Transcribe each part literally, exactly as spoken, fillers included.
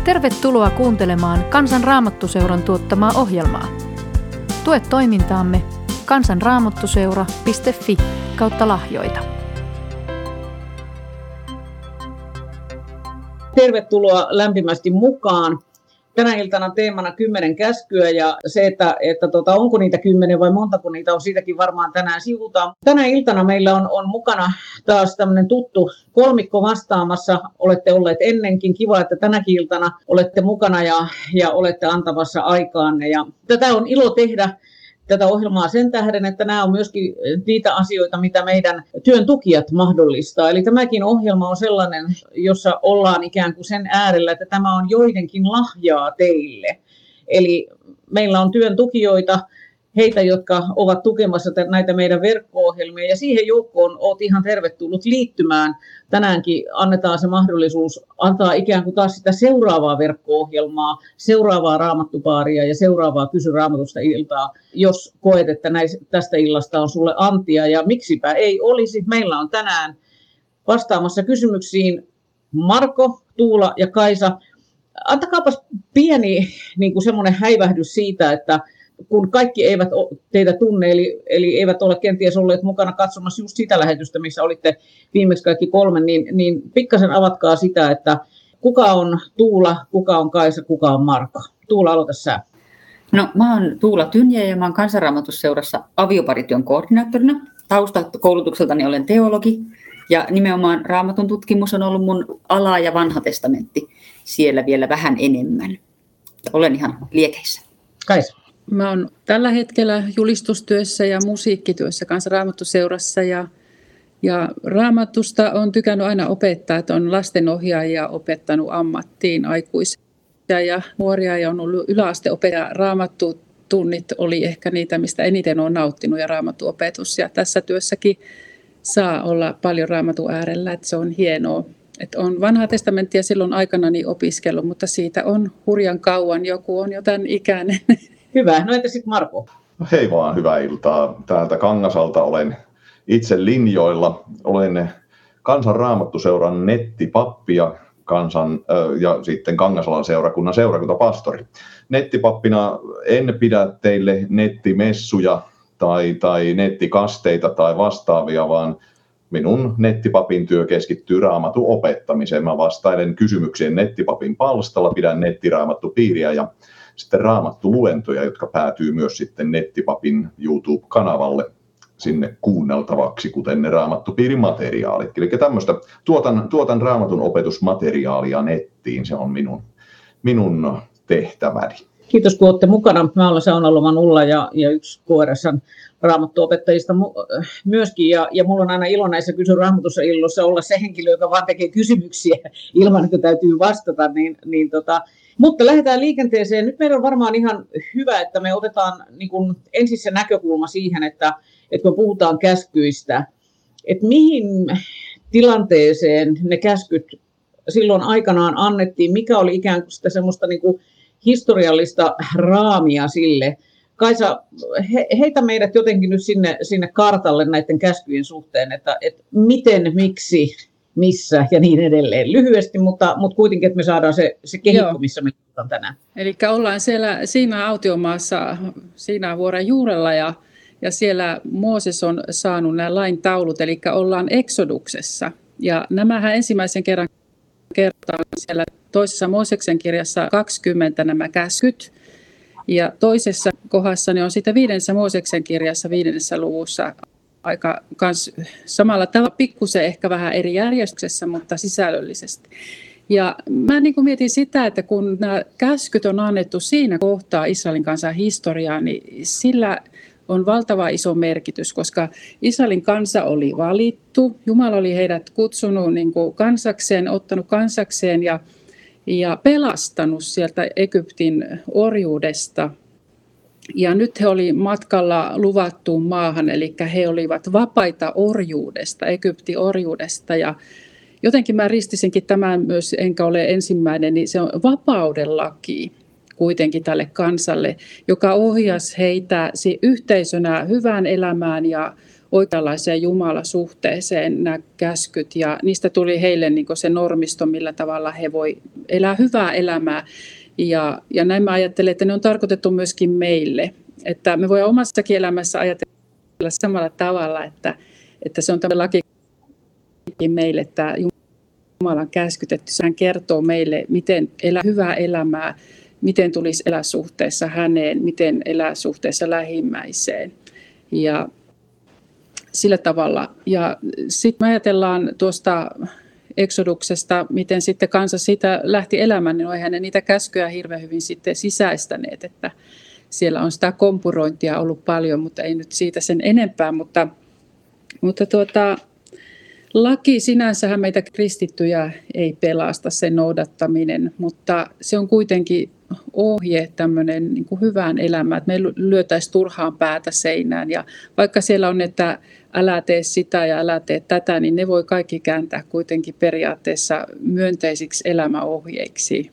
Tervetuloa kuuntelemaan Kansan Raamattuseuran tuottamaa ohjelmaa. Tue toimintaamme kansanraamattuseura piste fi kautta lahjoita. Tervetuloa lämpimästi mukaan. Tänä iltana teemana kymmenen käskyä ja se, että, että tota, onko niitä kymmenen vai montako niitä on, siitäkin varmaan tänään sivutaan. Tänä iltana meillä on, on mukana taas tämmöinen tuttu kolmikko vastaamassa. Olette olleet ennenkin. Kiva, että tänäkin iltana olette mukana ja, ja olette antamassa aikaanne. Ja tätä on ilo tehdä. Tätä ohjelmaa sen tähden, että nämä on myöskin niitä asioita, mitä meidän työn tukijat mahdollistaa. Eli tämäkin ohjelma on sellainen, jossa ollaan ikään kuin sen äärellä, että tämä on joidenkin lahjaa teille. Eli meillä on työn tukijoita, heitä, jotka ovat tukemassa näitä meidän verkko-ohjelmia. Ja siihen joukkoon olet ihan tervetullut liittymään. Tänäänkin annetaan se mahdollisuus antaa ikään kuin taas sitä seuraavaa verkko-ohjelmaa, seuraavaa raamattupaaria ja seuraavaa Kysy Raamatusta iltaa, jos koet, että näistä, tästä illasta on sulle antia. Ja miksipä ei olisi. Meillä on tänään vastaamassa kysymyksiin Marko, Tuula ja Kaisa. Antakaapas pieni niin kuin semmoinen häivähdys siitä, että kun kaikki eivät teitä tunne, eli, eli eivät ole kenties olleet mukana katsomassa just sitä lähetystä, missä olitte viimeksi kaikki kolme, niin, niin pikkasen avatkaa sitä, että kuka on Tuula, kuka on Kaisa, kuka on Marko. Tuula, aloita sä. No, mä oon Tuula Tynjä ja mä oon Kansanraamattusseurassa avioparityön koordinaattorina. Taustakoulutukseltani olen teologi ja nimenomaan Raamatun tutkimus on ollut mun ala ja vanha testamentti siellä vielä vähän enemmän. Olen ihan liekeissä. Kaisa. Mä oon tällä hetkellä julistustyössä ja musiikkityössä Kansan Raamattuseurassa ja, ja Raamatusta on tykännyt aina opettaa, että on lastenohjaajia opettanut ammattiin aikuisia ja nuoria ja on ollut yläasteopettaja. Raamattutunnit oli ehkä niitä, mistä eniten on nauttinut ja raamattuopetus ja tässä työssäkin saa olla paljon raamatun äärellä, että se on hienoa. Että on vanhaa testamenttia silloin aikanani opiskellut, mutta siitä on hurjan kauan, joku on jo tämän ikäinen. Hyvä. No entä sitten Marko? Hei vaan, hyvää iltaa. Täältä Kangasalta olen itse linjoilla. Olen Kansan Raamattuseuran nettipappi ja, kansan, ja sitten Kangasalan seurakunnan seurakuntapastori. Nettipappina en pidä teille nettimessuja tai, tai nettikasteita tai vastaavia, vaan minun nettipapin työ keskittyy raamatun opettamiseen. Mä vastailen kysymyksiin nettipapin palstalla, pidän nettiraamattupiiriä ja sitten raamattuluentoja, jotka päätyy myös sitten nettipapin YouTube-kanavalle sinne kuunneltavaksi, kuten ne raamattupiirin materiaalit. Eli tämmöistä tuotan, tuotan raamatun opetusmateriaalia nettiin, se on minun, minun tehtäväni. Kiitos, kun olette mukana. Mä olen Saunaloman Ulla ja, ja yksi K R S:n raamattuopettajista myöskin. Ja, ja mulla on aina ilo näissä Kysy Raamatussa illoissa olla se henkilö, joka vaan tekee kysymyksiä ilman, että täytyy vastata. Niin, niin tota, mutta lähdetään liikenteeseen. Nyt meillä on varmaan ihan hyvä, että me otetaan niin kuin ensin se näkökulma siihen, että, että kun puhutaan käskyistä, että mihin tilanteeseen ne käskyt silloin aikanaan annettiin, mikä oli ikään kuin sitä semmoista niin kuin historiallista raamia sille. Kaisa, he, heitä meidät jotenkin nyt sinne, sinne kartalle näiden käskyjen suhteen, että, että miten, miksi, missä ja niin edelleen. Lyhyesti, mutta, mutta kuitenkin, että me saadaan se, se kehikko, missä me ollaan tänään. Eli ollaan siellä siinä autiomaassa, siinä vuoren juurella ja, ja siellä Mooses on saanut nämä lain taulut, eli ollaan Eksoduksessa. Ja nämähän ensimmäisen kerran kertaan siellä toisessa Mooseksen kirjassa kaksikymmentä nämä käskyt. Ja toisessa kohdassa ne on sitten viidennessä Mooseksen kirjassa viidennessä luvussa aika kans samalla tavalla, pikkusen ehkä vähän eri järjestyksessä, mutta sisällöllisesti. Ja mä niin kuin mietin sitä, että kun nämä käskyt on annettu siinä kohtaa Israelin kansan historiaa, niin sillä on valtava iso merkitys, koska Israelin kansa oli valittu, Jumala oli heidät kutsunut niin kuin kansakseen, ottanut kansakseen ja, ja pelastanut sieltä Egyptin orjuudesta. Ja nyt he oli matkalla luvattuun maahan, eli he olivat vapaita orjuudesta, Egyptin orjuudesta. Ja jotenkin mä ristisinkin tämän myös, enkä ole ensimmäinen, niin se on vapauden laki kuitenkin tälle kansalle, joka ohjasi heitä yhteisönä hyvään elämään ja oikeanlaiseen Jumalasuhteeseen nämä käskyt, ja niistä tuli heille niin kuin se normisto, millä tavalla he voi elää hyvää elämää. Ja, ja näin mä ajattelen, että ne on tarkoitettu myöskin meille, että me voidaan omassakin elämässä ajatella samalla tavalla, että, että se on tämä laki meille, että Jumalan käskytetty, hän kertoo meille, miten elää hyvää elämää, miten tulisi elää suhteessa häneen, miten elää suhteessa lähimmäiseen. Ja sillä tavalla. Ja sitten me ajatellaan tuosta Eksoduksesta, miten sitten kansa siitä lähti elämään, niin eihän ne niitä käskyjä hirveän hyvin sitten sisäistäneet, että siellä on sitä kompurointia ollut paljon, mutta ei nyt siitä sen enempää, mutta, mutta tuota, laki sinänsähän meitä kristittyjä ei pelasta, sen noudattaminen, mutta se on kuitenkin ohje tämmöinen niin kuin hyvään elämään, että me ei lyötäisi turhaan päätä seinään. Ja vaikka siellä on, että älä tee sitä ja älä tee tätä, niin ne voi kaikki kääntää kuitenkin periaatteessa myönteisiksi elämäohjeiksi.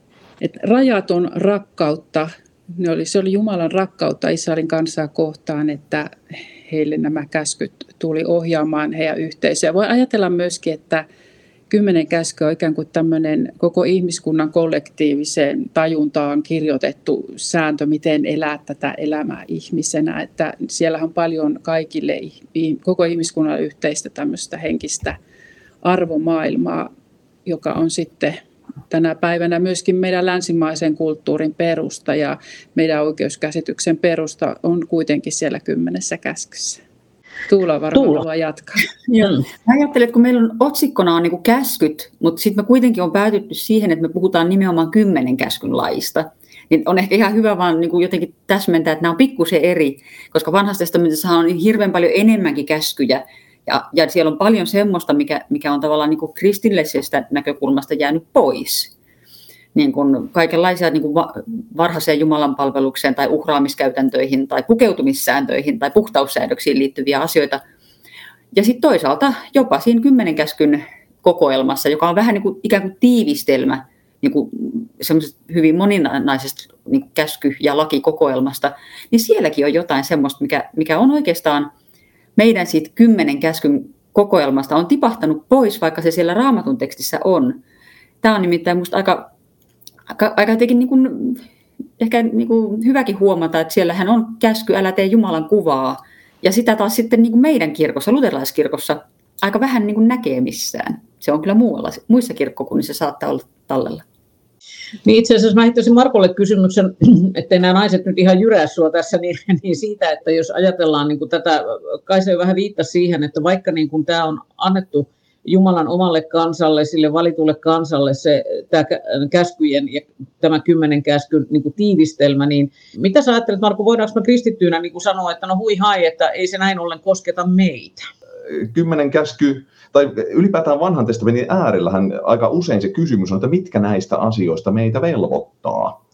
Et rajaton rakkautta, ne oli, se oli Jumalan rakkautta Israelin kansaa kohtaan, että heille nämä käskyt tuli ohjaamaan heidän yhteisöä. Voi ajatella myöskin, että kymmenen käskyä on ikään kuin tämmöinen koko ihmiskunnan kollektiiviseen tajuntaan kirjoitettu sääntö, miten elää tätä elämää ihmisenä. Että siellähän on paljon kaikille, koko ihmiskunnan yhteistä tämmöistä henkistä arvomaailmaa, joka on sitten tänä päivänä myöskin meidän länsimaisen kulttuurin perusta ja meidän oikeuskäsityksen perusta on kuitenkin siellä kymmenessä käskyssä. Tuula varmaan haluaa jatkaa. Joo. Mä ajattelen, että kun meillä on otsikkona on niin kuin käskyt, mutta sitten me kuitenkin on päätytty siihen, että me puhutaan nimenomaan kymmenen käskyn laista. Niin on ehkä ihan hyvä vaan niin kuin jotenkin täsmentää, että nämä on pikkusen eri, koska vanhassa testamentissa on hirveän paljon enemmänkin käskyjä. Ja, ja siellä on paljon semmoista, mikä, mikä on tavallaan niin kuin kristillisestä näkökulmasta jäänyt pois. Niin kuin kaikenlaisia niin kuin varhaiseen Jumalan palvelukseen tai uhraamiskäytäntöihin tai pukeutumissääntöihin tai puhtaussäädöksiin liittyviä asioita. Ja sitten toisaalta jopa siinä kymmenen käskyn kokoelmassa, joka on vähän niin kuin, ikään kuin tiivistelmä niin kuin semmoisesta hyvin moninaisesta niin kuin käsky- ja lakikokoelmasta, niin sielläkin on jotain semmoista, mikä, mikä on oikeastaan meidän siitä kymmenen käskyn kokoelmasta on tipahtanut pois, vaikka se siellä Raamatun tekstissä on. Tämä on nimittäin minusta aika, aika, aika niin kuin, ehkä niin kuin hyväkin huomata, että siellähän on käsky, älä tee Jumalan kuvaa. Ja sitä taas sitten niin kuin meidän kirkossa, luterilaiskirkossa, aika vähän niin kuin näkee missään. Se on kyllä muualla, muissa kirkkokunnissa saattaa olla tallella. Niin itse asiassa mä heittäisin Markolle kysymyksen, ettei nämä naiset nyt ihan jyrää sua tässä, niin, niin siitä, että jos ajatellaan niin kuin tätä, kai se vähän viittasi siihen, että vaikka niin kuin tämä on annettu Jumalan omalle kansalle, sille valitulle kansalle, se tämä käskyjen ja tämä kymmenen käskyn niin kuin tiivistelmä, niin mitä sä ajattelet, Marko, voidaanko me kristittyinä niin kuin sanoa, että no hui hai, että ei se näin ollen kosketa meitä? Kymmenen käsky, tai ylipäätään vanhan testamentin äärillähän aika usein se kysymys on, että mitkä näistä asioista meitä velvoittaa.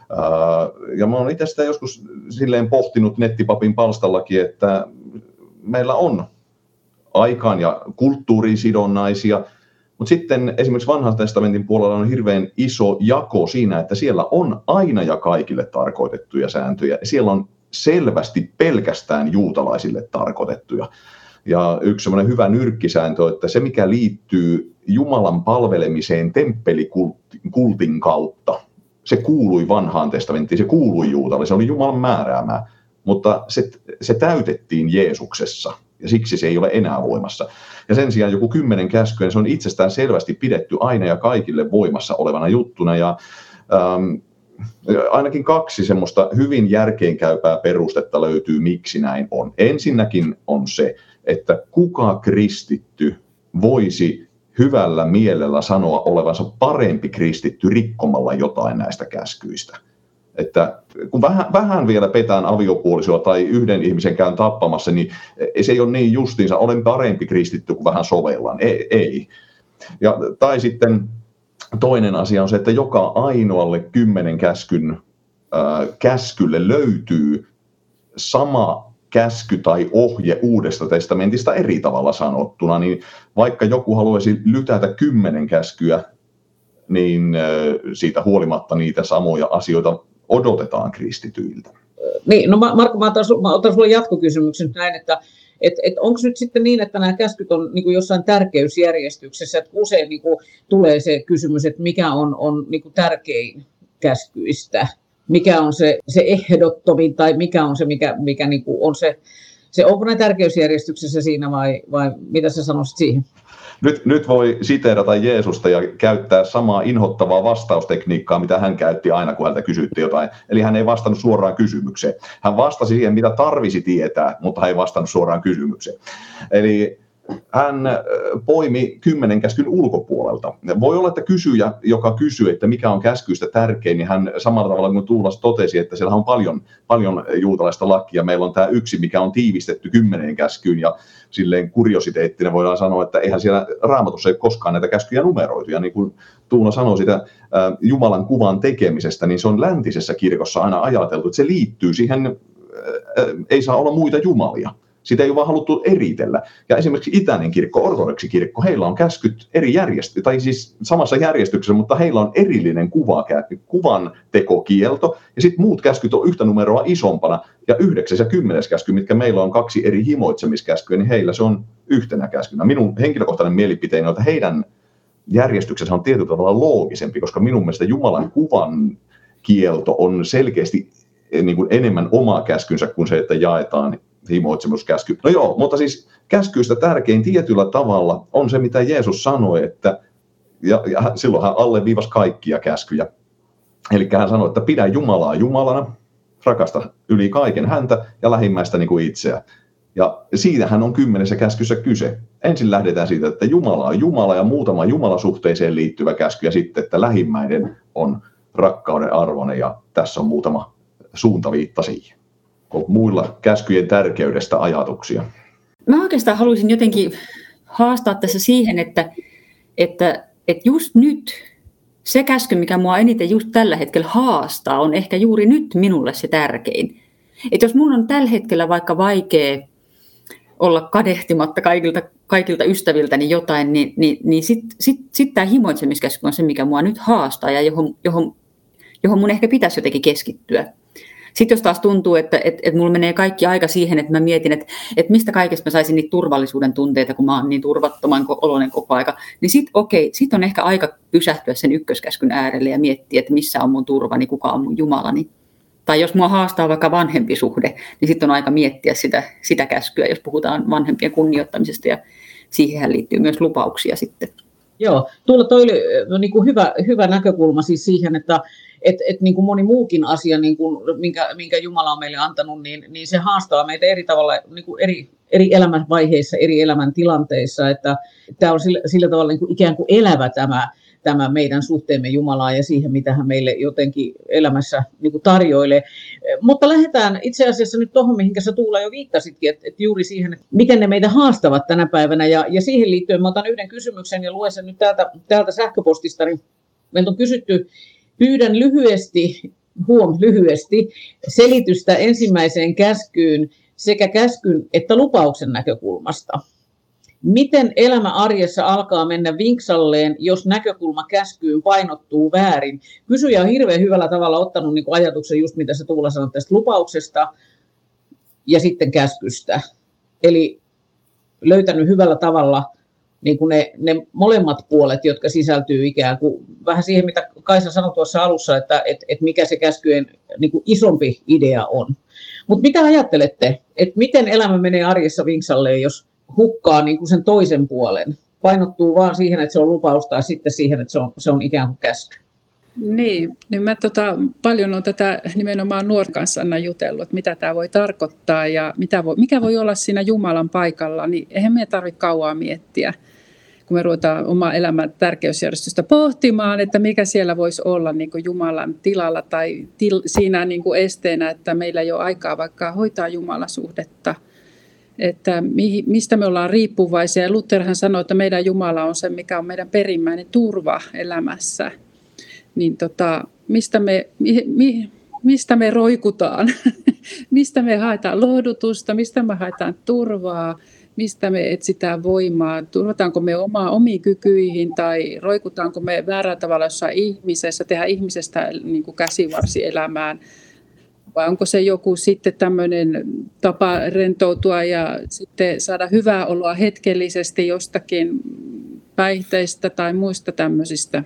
Ja mä oon itse sitä joskus silleen pohtinut nettipapin palstallakin, että meillä on aikaan ja kulttuuriin sidonnaisia, mutta sitten esimerkiksi vanhan testamentin puolella on hirveän iso jako siinä, että siellä on aina ja kaikille tarkoitettuja sääntöjä. Siellä on selvästi pelkästään juutalaisille tarkoitettuja. Ja yksi semmoinen hyvä nyrkkisääntö, että se mikä liittyy Jumalan palvelemiseen temppelikultin kautta, se kuului vanhaan testamenttiin, se kuului Juutalle, se oli Jumalan määräämää, mutta se, se täytettiin Jeesuksessa ja siksi se ei ole enää voimassa. Ja sen sijaan joku kymmenen käskyä, se on itsestään selvästi pidetty aina ja kaikille voimassa olevana juttuna ja ähm, ainakin kaksi semmoista hyvin järkeenkäypää perustetta löytyy, miksi näin on. Ensinnäkin on se, että kuka kristitty voisi hyvällä mielellä sanoa olevansa parempi kristitty rikkomalla jotain näistä käskyistä. Että kun vähän, vähän vielä petään aviopuolisoa tai yhden ihmisen käyn tappamassa, niin se ei ole niin justiinsa, olen parempi kristitty kuin vähän sovellan. Ei. ei. Ja, tai sitten toinen asia on se, että joka ainoalle kymmenen käskyn äh, käskylle löytyy sama käsky tai ohje Uudesta testamentista eri tavalla sanottuna, niin vaikka joku haluaisi lytätä kymmenen käskyä, niin äh, siitä huolimatta niitä samoja asioita odotetaan kristityiltä. Niin, no Marko, mä otan, mä otan sulle jatkokysymyksen näin, että, Et, et onko nyt sitten niin, että nämä käskyt on niin kuin jossain tärkeysjärjestyksessä, että usein niin kuin tulee se kysymys, että mikä on, on niin kuin tärkein käskyistä, mikä on se, se ehdottomin tai mikä on se, mikä, mikä niin kuin on se, se, onko ne tärkeysjärjestyksessä siinä vai, vai mitä sä sanoisit siihen? Nyt, nyt voi siteerata Jeesusta ja käyttää samaa inhottavaa vastaustekniikkaa, mitä hän käytti aina, kun häntä kysyttiin jotain. Eli hän ei vastannut suoraan kysymykseen. Hän vastasi siihen, mitä tarvisi tietää, mutta hän ei vastannut suoraan kysymykseen. Eli hän poimi kymmenen käskyn ulkopuolelta. Voi olla, että kysyjä, joka kysyy, että mikä on käskyistä tärkein, niin hän samalla tavalla kuin Tuulas totesi, että siellä on paljon, paljon juutalaista lakia. Meillä on tämä yksi, mikä on tiivistetty kymmeneen käskyyn, ja silleen kuriositeettina voidaan sanoa, että eihän siellä Raamatussa ei koskaan näitä käskyjä numeroitu. Ja niin kuin Tuula sanoi sitä Jumalan kuvan tekemisestä, niin se on läntisessä kirkossa aina ajateltu, että se liittyy siihen, ei saa olla muita jumalia. Sitä ei ole vaan haluttu eritellä. Ja esimerkiksi itäinen kirkko, ortodoksi kirkko, heillä on käskyt eri järjesty- tai siis samassa järjestyksessä, mutta heillä on erillinen kuva, kuvan tekokielto, ja sitten muut käskyt on yhtä numeroa isompana, ja yhdeksäs ja kymmenes käsky, mitkä meillä on kaksi eri himoitsemiskäskyä, niin heillä se on yhtenä käskynä. Minun henkilökohtainen mielipiteeni on, että heidän järjestyksensä on tietyllä tavalla loogisempi, koska minun mielestä Jumalan kuvan kielto on selkeästi niin kuin enemmän oma käskynsä kuin se, että jaetaan himoitsemuskäsky. No joo, mutta siis käskyistä tärkein tietyllä tavalla on se, mitä Jeesus sanoi, että, ja, ja silloin hän alleviivasi kaikkia käskyjä. Eli hän sanoi, että pidä Jumalaa Jumalana, rakasta yli kaiken häntä ja lähimmäistä niin kuin itseä. Ja siitähän on kymmenessä käskyssä kyse. Ensin lähdetään siitä, että Jumala on Jumala ja muutama Jumalasuhteeseen liittyvä käsky, ja sitten, että lähimmäinen on rakkauden arvoinen, ja tässä on muutama suuntaviitta siihen. Onko muilla käskyjen tärkeydestä ajatuksia? Mä oikeastaan haluaisin jotenkin haastaa tässä siihen, että, että, että just nyt se käsky, mikä mua eniten just tällä hetkellä haastaa, on ehkä juuri nyt minulle se tärkein. Että jos mun on tällä hetkellä vaikka vaikea olla kadehtimatta kaikilta, kaikilta ystäviltäni jotain, niin, niin, niin sitten sit, sit tämä himoitsemiskäsky on se, mikä mua nyt haastaa ja johon, johon, johon mun ehkä pitäisi jotenkin keskittyä. Sitten jos taas tuntuu, että, että, että mulla menee kaikki aika siihen, että mä mietin, että, että mistä kaikesta mä saisin niitä turvallisuuden tunteita, kun mä oon niin turvattoman oloinen koko aika, niin sitten okei, sit on ehkä aika pysähtyä sen ykköskäskyn äärelle ja miettiä, että missä on mun turvani, kuka on mun Jumalani. Tai jos mua haastaa vaikka vanhempi suhde, niin sitten on aika miettiä sitä, sitä käskyä, jos puhutaan vanhempien kunnioittamisesta, ja siihen liittyy myös lupauksia sitten. Joo, tuolla toi oli niin kuin hyvä, hyvä näkökulma siis siihen, että et, et niin kuin moni muukin asia, niin kuin, minkä, minkä Jumala on meille antanut, niin, niin se haastaa meitä eri tavalla, niin kuin eri, eri elämänvaiheissa, eri elämäntilanteissa, että tämä on sillä, sillä tavalla niin kuin ikään kuin elävä tämä, tämä meidän suhteemme Jumalaan ja siihen, mitä hän meille jotenkin elämässä niin kuin tarjoilee. Mutta lähdetään itse asiassa nyt tuohon, mihin sä Tuula jo viittasitkin, että, että juuri siihen, että miten ne meitä haastavat tänä päivänä. Ja, ja siihen liittyen mä otan yhden kysymyksen ja luen sen nyt täältä, täältä sähköpostista. Niin meiltä on kysytty, pyydän lyhyesti, huom, lyhyesti, selitystä ensimmäiseen käskyyn sekä käskyn että lupauksen näkökulmasta. Miten elämä arjessa alkaa mennä vinksalleen, jos näkökulma käskyyn painottuu väärin? Kysyjä on hirveän hyvällä tavalla ottanut niin kuin ajatuksen, just mitä sä Tuula sanoit tästä lupauksesta ja sitten käskystä. Eli löytänyt hyvällä tavalla niin kuin ne, ne molemmat puolet, jotka sisältyy ikään kuin vähän siihen, mitä Kaisa sanoi tuossa alussa, että et, et mikä se käskyjen niin kuin isompi idea on. Mutta mitä ajattelette, että miten elämä menee arjessa vinksalleen, jos hukkaa niin kuin sen toisen puolen? Painottuu vaan siihen, että se on lupaus tai sitten siihen, että se on, se on ikään kuin käsky. Niin, niin mä tota, paljon olen tätä nimenomaan nuoren kanssa aina jutellut, että mitä tämä voi tarkoittaa ja mitä voi, mikä voi olla siinä Jumalan paikalla, niin eihän meidän tarvitse kauaa miettiä, kun me ruvetaan omaa elämän tärkeysjärjestystä pohtimaan, että mikä siellä voisi olla niin kuin Jumalan tilalla tai til, siinä niin kuin esteenä, että meillä ei ole aikaa vaikka hoitaa Jumalasuhdetta. Että mistä me ollaan riippuvaisia. Lutherhan sanoi, että meidän Jumala on se, mikä on meidän perimmäinen turva elämässä. Niin tota, mistä, me, mi, mistä me roikutaan, mistä me haetaan lohdutusta, mistä me haetaan turvaa, mistä me etsitään voimaa, turvataanko me omaa omiin kykyihin tai roikutaanko me väärällä tavalla jossain ihmisessä, tehdä ihmisestä niin kuin käsivarsi elämään. vai onko se joku sitten tämmöinen tapa rentoutua ja sitten saada hyvää oloa hetkellisesti jostakin päihteistä tai muista tämmöisistä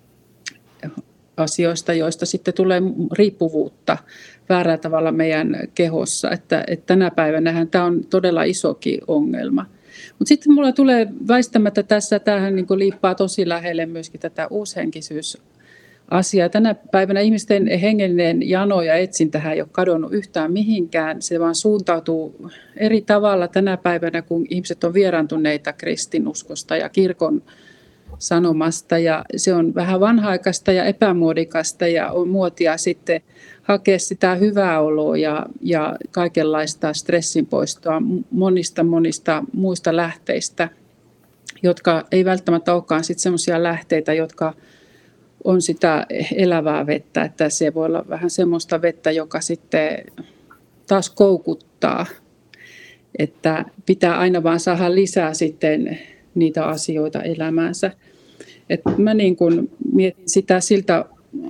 asioista, joista sitten tulee riippuvuutta väärällä tavalla meidän kehossa. Että, että tänä päivänähän tämä on todella isokin ongelma. Mutta sitten mulla tulee väistämättä tässä, tämähän niin kuin liippaa tosi lähelle myöskin tätä uushenkisyysasiaa. Tänä päivänä ihmisten hengellinen jano ja etsintähän ei ole kadonnut yhtään mihinkään. Se vaan suuntautuu eri tavalla tänä päivänä, kun ihmiset on vieraantuneita kristinuskosta ja kirkon sanomasta. Ja se on vähän vanha-aikaista ja epämuodikasta ja on muotia sitten hakea sitä hyvää oloa ja, ja kaikenlaista stressinpoistoa monista monista muista lähteistä, jotka ei välttämättä olekaan sitten semmoisia lähteitä, jotka on sitä elävää vettä, että se voi olla vähän semmoista vettä, joka sitten taas koukuttaa, että pitää aina vaan saada lisää sitten niitä asioita elämäänsä. Että mä niin kuin mietin sitä siltä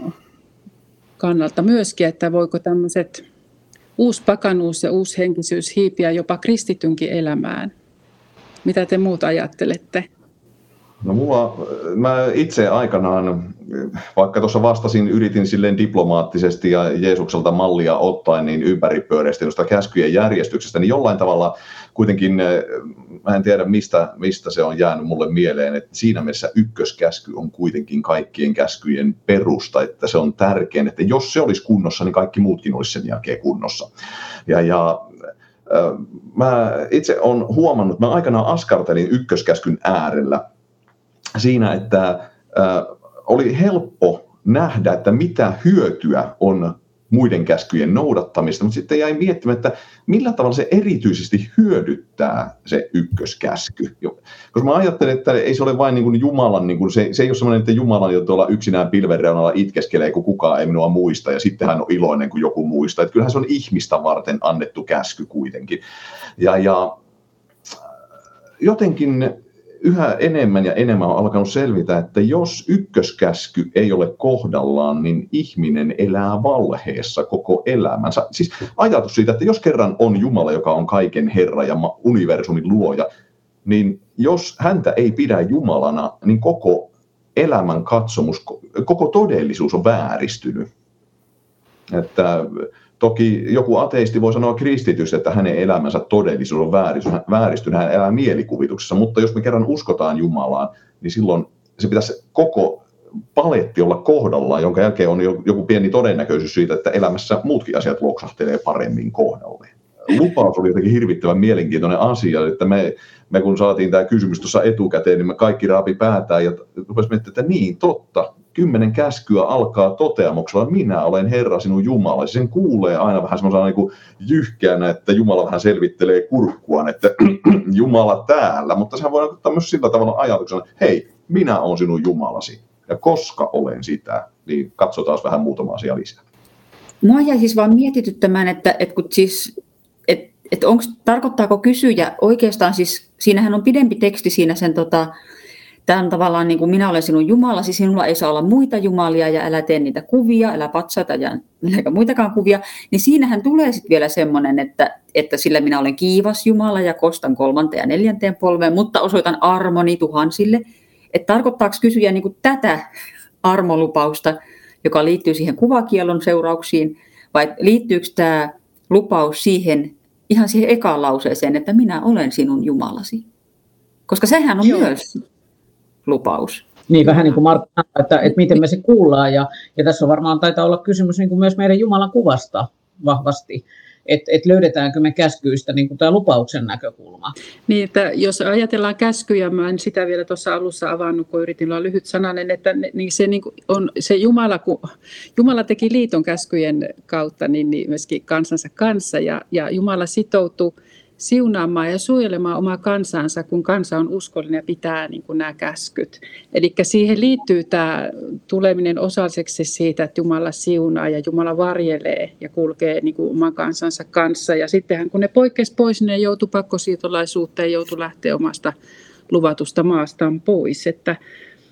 kannalta myöskin, että voiko tämmöiset uuspakanuus ja uushenkisyys hiipiä jopa kristitynkin elämään. Mitä te muut ajattelette? No mulla, mä itse aikanaan, vaikka tuossa vastasin, yritin silleen diplomaattisesti ja Jeesukselta mallia ottaen niin ympäripyöreästi noista käskyjen järjestyksestä, niin jollain tavalla kuitenkin, mä en tiedä mistä, mistä se on jäänyt mulle mieleen, että siinä mielessä ykköskäsky on kuitenkin kaikkien käskyjen perusta, että se on tärkein, että jos se olisi kunnossa, niin kaikki muutkin olisi sen jälkeen kunnossa. Ja, ja mä itse olen huomannut, mä aikanaan askartelin ykköskäskyn äärellä, siinä, että äh, oli helppo nähdä, että mitä hyötyä on muiden käskyjen noudattamista, mutta sitten jäi miettimään, että millä tavalla se erityisesti hyödyttää se ykköskäsky. Koska mä ajattelin, että ei se ole vain niin kuin Jumalan, niin kuin se, se ei ole sellainen, että Jumalan jo tuolla yksinään pilven reunalla itkeskelee, kun kukaan ei minua muista, ja sitten hän on iloinen, kun joku muistaa. Että kyllähän se on ihmistä varten annettu käsky kuitenkin. Ja, ja jotenkin yhä enemmän ja enemmän on alkanut selvitä, että jos ykköskäsky ei ole kohdallaan, niin ihminen elää valheessa koko elämänsä. Siis ajatus siitä, että jos kerran on Jumala, joka on kaiken Herra ja universumin luoja, niin jos häntä ei pidä Jumalana, niin koko elämän katsomus, koko todellisuus on vääristynyt. Että toki joku ateisti voi sanoa kristitys, että hänen elämänsä todellisuus on vääristynyt, hän elää mielikuvituksessa, mutta jos me kerran uskotaan Jumalaan, niin silloin se pitäisi koko paletti olla kohdallaan, jonka jälkeen on joku pieni todennäköisyys siitä, että elämässä muutkin asiat loksahtelee paremmin kohdalleen. Lupaus oli jotenkin hirvittävän mielenkiintoinen asia, että me, me kun saatiin tämä kysymys tuossa etukäteen, niin me kaikki raapi päätään ja rupesi miettimään, että niin totta. Kymmenen käskyä alkaa toteamuksella, minä olen Herra sinun Jumala. Sen kuulee aina vähän semmoisena niin kuin jyhkeänä, että Jumala vähän selvittelee kurkkuaan, että Jumala täällä. Mutta sehän voi ottaa myös sillä tavalla ajatuksena, hei, minä olen sinun Jumalasi. Ja koska olen sitä, niin katsotaan vähän muutama asia lisää. Mua jäi siis vaan mietityttämään, että, että, kun siis, että, että onko, tarkoittaako kysyjä oikeastaan, siis siinähän on pidempi teksti siinä sen tota, tämä on tavallaan niin kuin minä olen sinun Jumalasi, sinulla ei saa olla muita jumalia ja älä tee niitä kuvia, älä patsata ja eikä muitakaan kuvia. Niin siinähän tulee sitten vielä semmoinen, että, että sillä minä olen kiivas Jumala ja kostan kolmanteen ja neljänteen polveen, mutta osoitan armoni tuhansille. Että tarkoittaako kysyjä niin kuin tätä armolupausta, joka liittyy siihen kuvakiellon seurauksiin, vai liittyykö tämä lupaus siihen ihan siihen ekaan lauseeseen, että minä olen sinun Jumalasi? Koska sehän on Joo. myös lupaus. Niin, vähän niin kuin Markku sanoi, että, että miten me se kuullaan. Ja, ja tässä on varmaan taitaa olla kysymys niin kuin myös meidän Jumalan kuvasta vahvasti. Että et löydetäänkö me käskyistä niin kuin tämä lupauksen näkökulma. Niin, että jos ajatellaan käskyjä, mä en sitä vielä tuossa alussa avannut, kun yritin olla lyhyt sananen, että niin se, niin on, se Jumala, kun Jumala teki liiton käskyjen kautta niin, niin myöskin kansansa kanssa, ja, ja Jumala sitoutui siunaamaan ja suojelemaan omaa kansansa, kun kansa on uskollinen ja pitää niin kuin nämä käskyt. Eli siihen liittyy tämä tuleminen osalliseksi siitä, että Jumala siunaa ja Jumala varjelee ja kulkee niin kuin oman kansansa kanssa. Ja sittenhän kun ne poikkesi pois, niin ne joutui pakkosiirtolaisuuteen ja joutui lähteä omasta luvatusta maastaan pois. Että,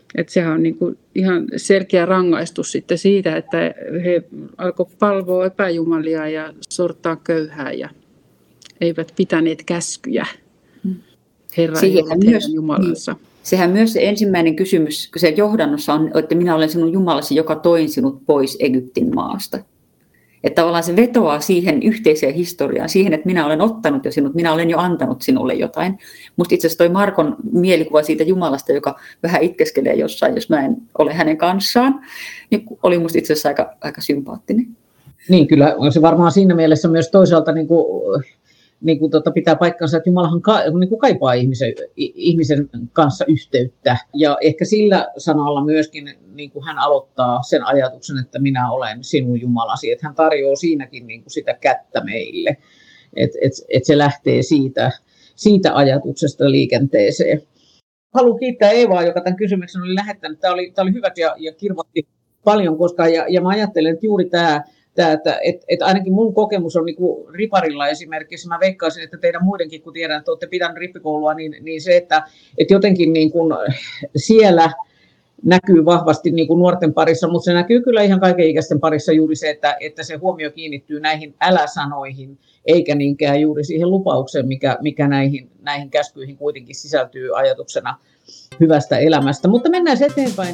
Että sehän on niin kuin ihan selkeä rangaistus sitten siitä, että he alkoivat palvoa epäjumalia ja sortaa köyhää ja eivät pitäneet käskyjä Herran myös, Jumalansa. Niin. Sehän myös se ensimmäinen kysymys, kun se johdannossa on, että minä olen sinun Jumalasi, joka toin sinut pois Egyptin maasta. Että tavallaan se vetoaa siihen yhteiseen historiaan, siihen, että minä olen ottanut jo sinut, minä olen jo antanut sinulle jotain. Musta itse asiassa toi Markon mielikuva siitä Jumalasta, joka vähän itkeskelee jossain, jos mä en ole hänen kanssaan, niin oli musta itse asiassa aika, aika sympaattinen. Niin, kyllä se varmaan siinä mielessä myös toisaalta niin kuin, niin kuin tota, pitää paikkansa, että Jumalahan ka, niin kuin kaipaa ihmisen, ihmisen kanssa yhteyttä. Ja ehkä sillä sanalla myöskin niin kuin hän aloittaa sen ajatuksen, että minä olen sinun Jumalasi. Että hän tarjoaa siinäkin niin kuin sitä kättä meille. Että et, et se lähtee siitä, siitä ajatuksesta liikenteeseen. Haluan kiittää Eevaa, joka tämän kysymyksen oli lähettänyt. Tämä oli, tämä oli hyvä ja, ja kirvoitti paljon, koska ja, ja mä ajattelen, että juuri tämä, Tämä, että, että, että ainakin mun kokemus on niin kuin riparilla esimerkiksi. Mä veikkaisin, että teidän muidenkin, kun tiedän, että olette pitänyt rippikoulua, niin, niin se, että, että jotenkin niin kuin siellä näkyy vahvasti niin kuin nuorten parissa, mutta se näkyy kyllä ihan kaikenikäisten parissa juuri se, että, että se huomio kiinnittyy näihin äläsanoihin, eikä niinkään juuri siihen lupaukseen, mikä, mikä näihin, näihin käskyihin kuitenkin sisältyy ajatuksena hyvästä elämästä. Mutta mennään eteenpäin.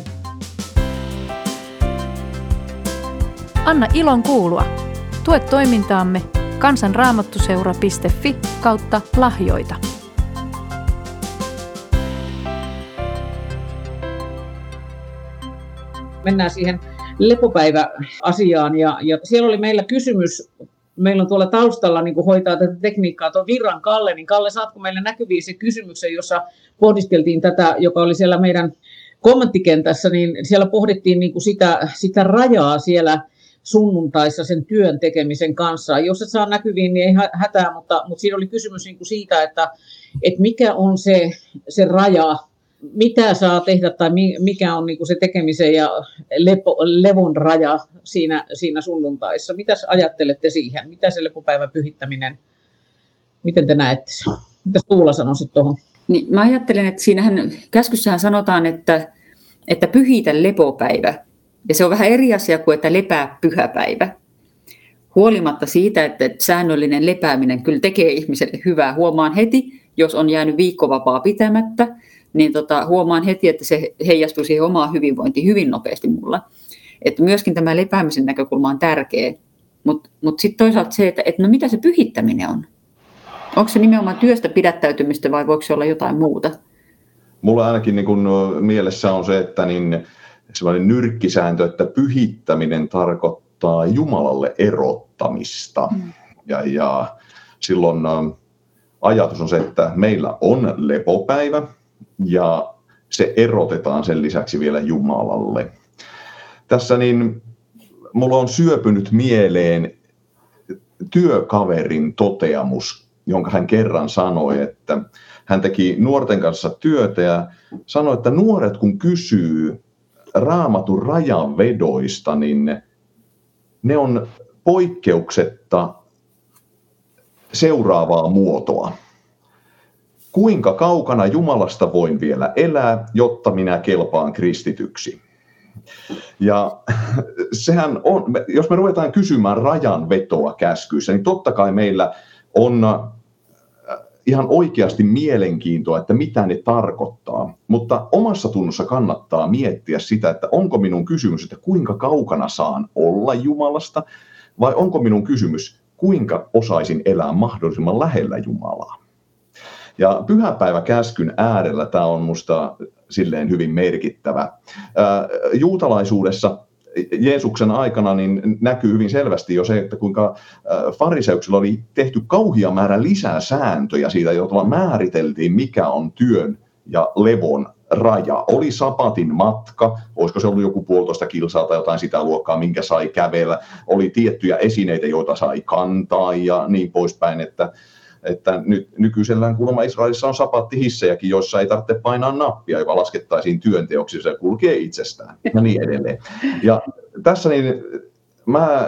Anna ilon kuulua. Tue toimintaamme kansanraamattuseura piste fi kautta lahjoita. Mennään siihen lepopäiväasiaan ja, ja siellä oli meillä kysymys, meillä on tuolla taustalla niin kuin hoitaa tätä tekniikkaa tuo Virran Kalle, niin Kalle, saatko meille näkyviin se kysymyksen, jossa pohdiskeltiin tätä, joka oli siellä meidän kommenttikentässä, niin siellä pohdittiin niin kuin sitä, sitä rajaa siellä sunnuntaissa sen työn tekemisen kanssa. Jos et saa näkyviin, niin ei hätää, mutta, mutta siinä oli kysymys niin kuin siitä, että, että mikä on se, se raja, mitä saa tehdä tai mikä on niin kuin se tekemisen ja lepo, levon raja siinä, siinä sunnuntaissa. Mitäs ajattelette siihen? Mitä se lepopäivän pyhittäminen, miten te näette sen? Mitäs Tuula sanoisit tuohon? Niin, mä ajattelen, että siinähän käskyssähän sanotaan, että, että pyhitä lepopäivä. Ja se on vähän eri asia kuin, että lepää pyhäpäivä. Huolimatta siitä, että säännöllinen lepääminen kyllä tekee ihmiselle hyvää. Huomaan heti, jos on jäänyt viikkovapaa pitämättä, niin tota, huomaan heti, että se heijastuu siihen omaan hyvinvointiin hyvin nopeasti mulla. Että myöskin tämä lepäämisen näkökulma on tärkeä. Mutta mut sitten toisaalta se, että et no mitä se pyhittäminen on? Onko se nimenomaan työstä pidättäytymistä vai voiko se olla jotain muuta? Mulla ainakin niin kun mielessä on se, että niin sellainen nyrkkisääntö, että pyhittäminen tarkoittaa Jumalalle erottamista. Mm. Ja, ja silloin ajatus on se, että meillä on lepopäivä ja se erotetaan sen lisäksi vielä Jumalalle. Tässä niin mulla on syöpynyt mieleen työkaverin toteamus, jonka hän kerran sanoi, että hän teki nuorten kanssa työtä ja sanoi, että nuoret kun kysyy Raamatun rajanvedoista, niin ne on poikkeuksetta seuraavaa muotoa. Kuinka kaukana Jumalasta voin vielä elää, jotta minä kelpaan kristityksi? Ja sehän on, jos me ruvetaan kysymään rajanvetoa käskyissä, niin totta kai meillä on ihan oikeasti mielenkiintoa, että mitä ne tarkoittaa. Mutta omassa tunnossa kannattaa miettiä sitä, että onko minun kysymys, että kuinka kaukana saan olla Jumalasta, vai onko minun kysymys, kuinka osaisin elää mahdollisimman lähellä Jumalaa. Ja pyhäpäiväkäskyn äärellä tämä on musta silleen hyvin merkittävä. Juutalaisuudessa Jeesuksen aikana niin näkyy hyvin selvästi jo se, että kuinka fariseuksilla oli tehty kauhia määrä lisää sääntöjä siitä, joilla määriteltiin, mikä on työn ja levon raja. Oli sapatin matka, olisiko se ollut joku puolitoista kilsaa tai jotain sitä luokkaa, minkä sai kävellä. Oli tiettyjä esineitä, joita sai kantaa ja niin poispäin, että että nyt nykyisellään kuulemma Israelissa on sapattihissejäkin, joissa ei tarvitse painaa nappia, joka laskettaisiin työnteoksi, se kulkee itsestään ja niin edelleen. Ja tässä niin mä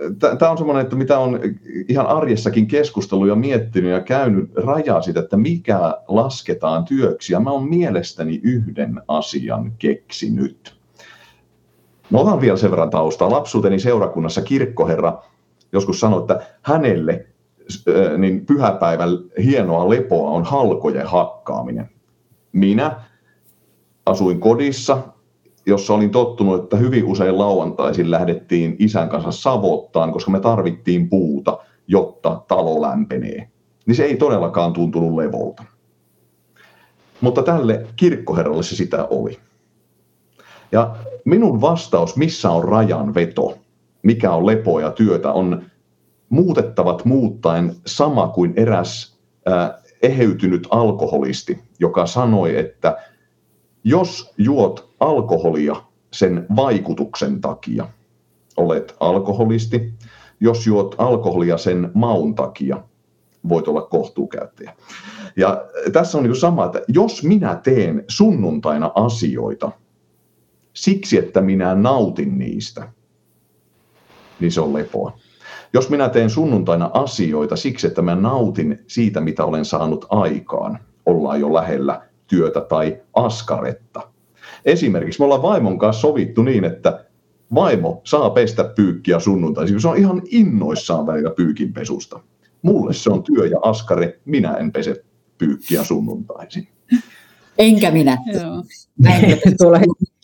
tämä on semmoinen, että mitä on ihan arjessakin keskustellut ja miettinyt ja käynyt rajaa sitä, että mikä lasketaan työksi. Ja mä oon mielestäni yhden asian keksinyt. No otan vielä sen verran taustaa. Lapsuuteni seurakunnassa kirkkoherra joskus sanoi, että hänelle niin pyhäpäivän hienoa lepoa on halkojen hakkaaminen. Minä asuin kodissa, jossa olin tottunut, että hyvin usein lauantaisin lähdettiin isän kanssa Savottaan, koska me tarvittiin puuta, jotta talo lämpenee. Niin se ei todellakaan tuntunut levolta. Mutta tälle kirkkoherralle se sitä oli. Ja minun vastaus, missä on rajanveto, mikä on lepoa ja työtä, on muutettavat muuttaen sama kuin eräs äh, eheytynyt alkoholisti, joka sanoi, että jos juot alkoholia sen vaikutuksen takia, olet alkoholisti. Jos juot alkoholia sen maun takia, voit olla kohtuukäyttäjä. Ja tässä on niin sama, että jos minä teen sunnuntaina asioita siksi, että minä nautin niistä, niin se on lepoa. Jos minä teen sunnuntaina asioita siksi, että mä nautin siitä, mitä olen saanut aikaan, ollaan jo lähellä työtä tai askaretta. Esimerkiksi me ollaan vaimon kanssa sovittu niin, että vaimo saa pestä pyykkiä sunnuntaisin. Se on ihan innoissaan välillä pyykinpesusta. Mulle se on työ ja askare, minä en pese pyykkiä sunnuntaisin. Enkä minä. Joo. Tuolla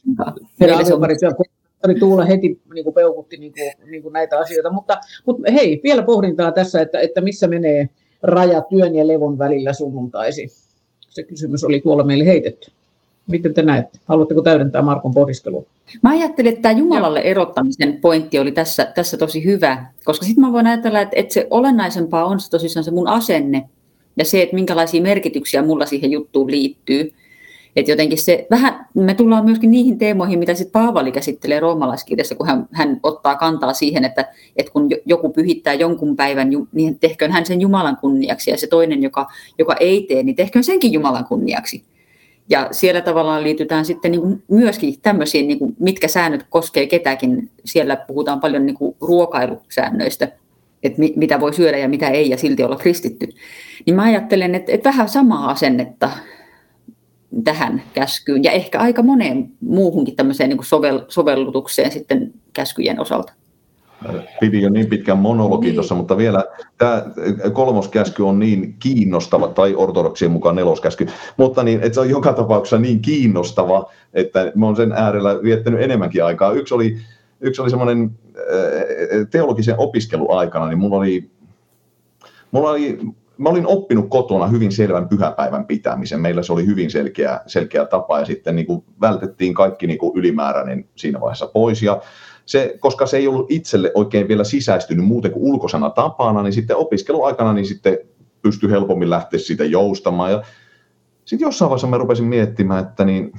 heti, Tuula heti niin kuin peukutti niin kuin, niin kuin näitä asioita, mutta, mutta hei, vielä pohdintaa tässä, että, että missä menee raja työn ja levon välillä sunnuntaisin. Se kysymys oli tuolla meille heitetty. Miten te näette? Haluatteko täydentää Markon pohdiskelua? Mä ajattelin, että tämä Jumalalle erottamisen pointti oli tässä, tässä tosi hyvä, koska sitten mä voin ajatella, että, että se olennaisempaa on se tosissaan se mun asenne ja se, että minkälaisia merkityksiä mulla siihen juttuun liittyy. Että jotenkin se, vähän, me tullaan myöskin niihin teemoihin, mitä sitten Paavali käsittelee roomalaiskirjassa, kun hän, hän ottaa kantaa siihen, että, että kun joku pyhittää jonkun päivän, niin tehköön hän sen Jumalan kunniaksi, ja se toinen, joka, joka ei tee, niin tehköön senkin Jumalan kunniaksi. Ja siellä tavallaan liitytään sitten niin kuin myöskin tämmöisiin, niin kuin mitkä säännöt koskee ketäkin. Siellä puhutaan paljon niin kuin ruokailusäännöistä, että mitä voi syödä ja mitä ei, ja silti olla kristitty. Niin mä ajattelen, että, että vähän samaa asennetta tähän käskyyn ja ehkä aika moneen muuhunkin tämmöiseen niin kuin sovel, sovellutukseen sitten käskyjen osalta. Pidin jo niin pitkän monologin niin. tuossa, mutta vielä tämä kolmoskäsky on niin kiinnostava, tai ortodoksien mukaan neloskäsky, mutta niin, että se on joka tapauksessa niin kiinnostava, että mä oon sen äärellä viettänyt enemmänkin aikaa. Yksi oli, yksi oli semmoinen teologisen opiskeluaikana, niin mulla oli, mulla oli Mä olin oppinut kotona hyvin selvän pyhäpäivän pitämisen. Meillä se oli hyvin selkeä, selkeä tapa ja sitten niin kuin vältettiin kaikki niin kuin ylimääräinen siinä vaiheessa pois. Ja se, koska se ei ollut itselle oikein vielä sisäistynyt muuten kuin ulkoisena tapana, niin sitten opiskeluaikana niin sitten pystyi helpommin lähteä siitä joustamaan. Ja sitten jossain vaiheessa mä rupesin miettimään, että niin,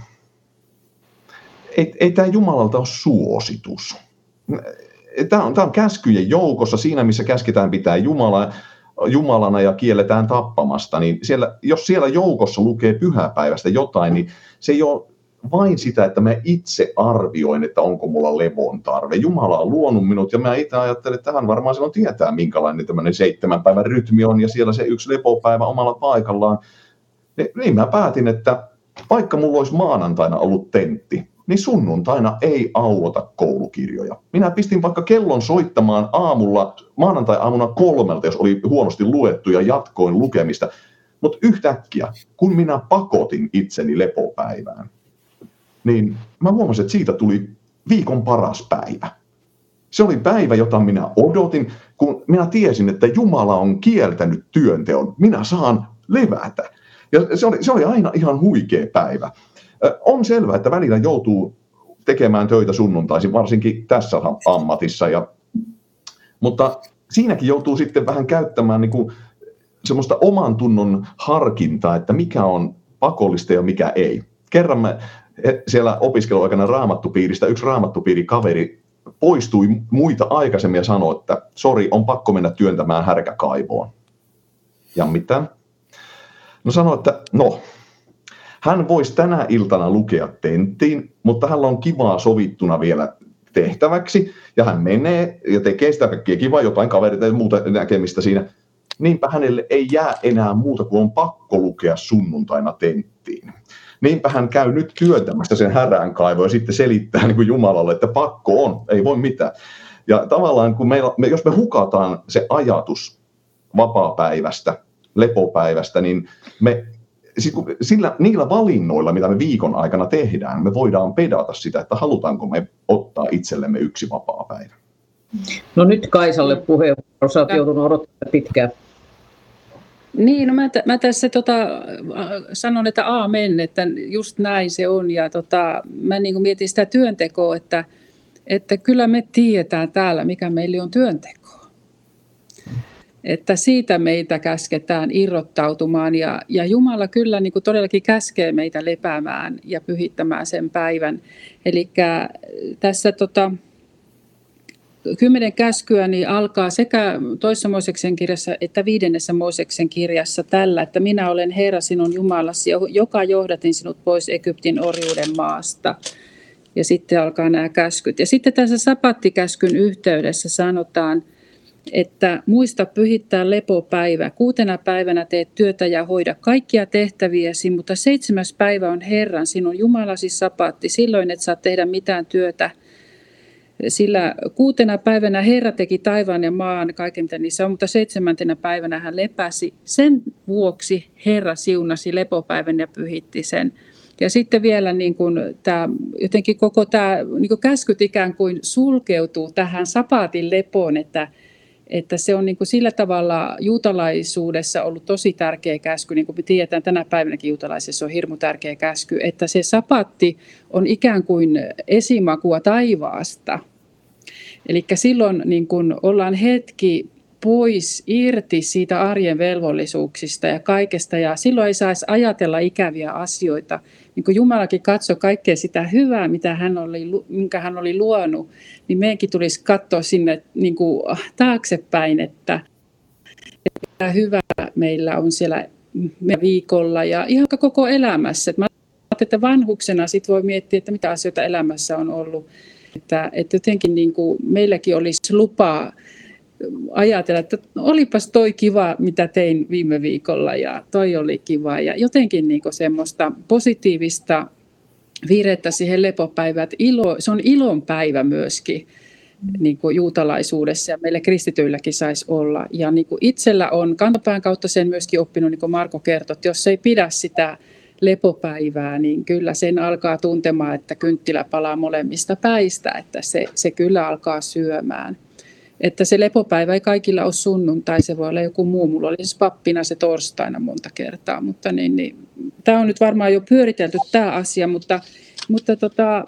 ei, ei tämä Jumalalta ole suositus. Tämä on, tämä on käskyjen joukossa siinä, missä käsketään pitää Jumalaa. Jumalana ja kielletään tappamasta, niin siellä, jos siellä joukossa lukee pyhäpäivästä jotain, niin se ei ole vain sitä, että mä itse arvioin, että onko mulla levon tarve. Jumala on luonut minut ja mä itse ajattelen, että hän varmaan silloin tietää, minkälainen tämmöinen seitsemän päivän rytmi on ja siellä se yksi lepopäivä omalla paikallaan. Niin mä päätin, että vaikka mulla olisi maanantaina ollut tentti, niin sunnuntaina ei auota koulukirjoja. Minä pistin vaikka kellon soittamaan aamulla, maanantai-aamuna kolmelta, jos oli huonosti luettu ja jatkoin lukemista. Mutta yhtäkkiä, kun minä pakotin itseni lepopäivään, niin mä huomasin, että siitä tuli viikon paras päivä. Se oli päivä, jota minä odotin, kun minä tiesin, että Jumala on kieltänyt työnteon. Minä saan levätä. Ja se oli, se oli aina ihan huikea päivä. On selvää, että välillä joutuu tekemään töitä sunnuntaisin, varsinkin tässä ammatissa, ja, mutta siinäkin joutuu sitten vähän käyttämään niin kuin semmoista oman tunnon harkintaa, että mikä on pakollista ja mikä ei. Kerran mä siellä opiskeluaikana raamattupiiristä yksi raamattupiirikaveri poistui muita aikaisemmin ja sanoi, että sori, on pakko mennä työntämään härkäkaivoon. Ja mitä? No sanoi, että no, hän voisi tänä iltana lukea tenttiin, mutta hänellä on kivaa sovittuna vielä tehtäväksi, ja hän menee ja tekee sitä kaikkia kivaa, jotain kavereita ja muuta näkemistä siinä, niinpä hänelle ei jää enää muuta kuin on pakko lukea sunnuntaina tenttiin. Niinpä hän käy nyt työntämästä sen häräänkaivoon ja sitten selittää niin kuin Jumalalle, että pakko on, ei voi mitään. Ja tavallaan, kun meillä, me, jos me hukataan se ajatus vapaapäivästä, lepopäivästä, niin me, siis kun, sillä, niillä valinnoilla, mitä me viikon aikana tehdään, me voidaan pedata sitä, että halutaanko me ottaa itsellemme yksi vapaapäivä. No nyt Kaisalle puheenvuoro, sä oot joutunut odottamaan pitkään. Niin, no mä, t- mä tässä tota, sanon, että aamen, että just näin se on. Ja tota, mä niin kuin mietin sitä työntekoa, että, että kyllä me tiedetään täällä, mikä meillä on työntekoa. Että siitä meitä käsketään irrottautumaan ja, ja Jumala kyllä niin kuin todellakin käskee meitä lepäämään ja pyhittämään sen päivän. Eli tässä tota, kymmenen käskyä niin alkaa sekä toisessa Mooseksen kirjassa että viidennessä Mooseksen kirjassa tällä, että minä olen Herra sinun Jumalasi, joka johdatin sinut pois Egyptin orjuuden maasta. Ja sitten alkaa nämä käskyt. Ja sitten tässä sapattikäskyn yhteydessä sanotaan, että muista pyhittää lepopäivä. Kuutena päivänä teet työtä ja hoida kaikkia tehtäviäsi, mutta seitsemäs päivä on Herran sinun Jumalasi sapatti. Silloin et saa tehdä mitään työtä. Sillä kuutena päivänä Herra teki taivaan ja maan, kaiken mitä niissä on, mutta seitsemäntenä päivänä hän lepäsi. Sen vuoksi Herra siunasi lepopäivän ja pyhitti sen. Ja sitten vielä niin kuin tämä, jotenkin koko tämä niin kuin käskyt ikään kuin sulkeutuu tähän sapaatin lepoon, että, että se on niin kuin sillä tavalla juutalaisuudessa ollut tosi tärkeä käsky, niin kuin me tiedetään tänä päivänäkin juutalaisessa on hirmu tärkeä käsky, että se sapatti on ikään kuin esimakua taivaasta. Eli silloin niin kuin ollaan hetki pois irti siitä arjen velvollisuuksista ja kaikesta, ja silloin ei saisi ajatella ikäviä asioita. Niin kuin Jumalakin katsoi kaikkea sitä hyvää, mitä hän oli, minkä hän oli luonut, niin meidänkin tulisi katsoa sinne niin kuin taaksepäin, että, että hyvä meillä on siellä viikolla ja ihan koko elämässä. Mä ajattelin, että vanhuksena sit voi miettiä, että mitä asioita elämässä on ollut. Että, että jotenkin niin kuin meilläkin olisi lupaa ajatella, että olipas toi kiva, mitä tein viime viikolla ja toi oli kiva. Ja jotenkin niin kuin semmoista positiivista virettä siihen lepopäivään, että ilo, se on ilon päivä myöskin niin kuin juutalaisuudessa ja meillä kristityilläkin saisi olla. Ja niin kuin itsellä on kantapään kautta sen myöskin oppinut, niin kuin Marko kertoi, että jos ei pidä sitä lepopäivää, niin kyllä sen alkaa tuntemaan, että kynttilä palaa molemmista päistä, että se, se kyllä alkaa syömään. Että se lepopäivä ei kaikilla ole sunnuntai, se voi olla joku muu. Mulla oli siis pappina se torstaina monta kertaa, mutta niin, niin, tämä on nyt varmaan jo pyöritelty tämä asia, mutta, mutta tota,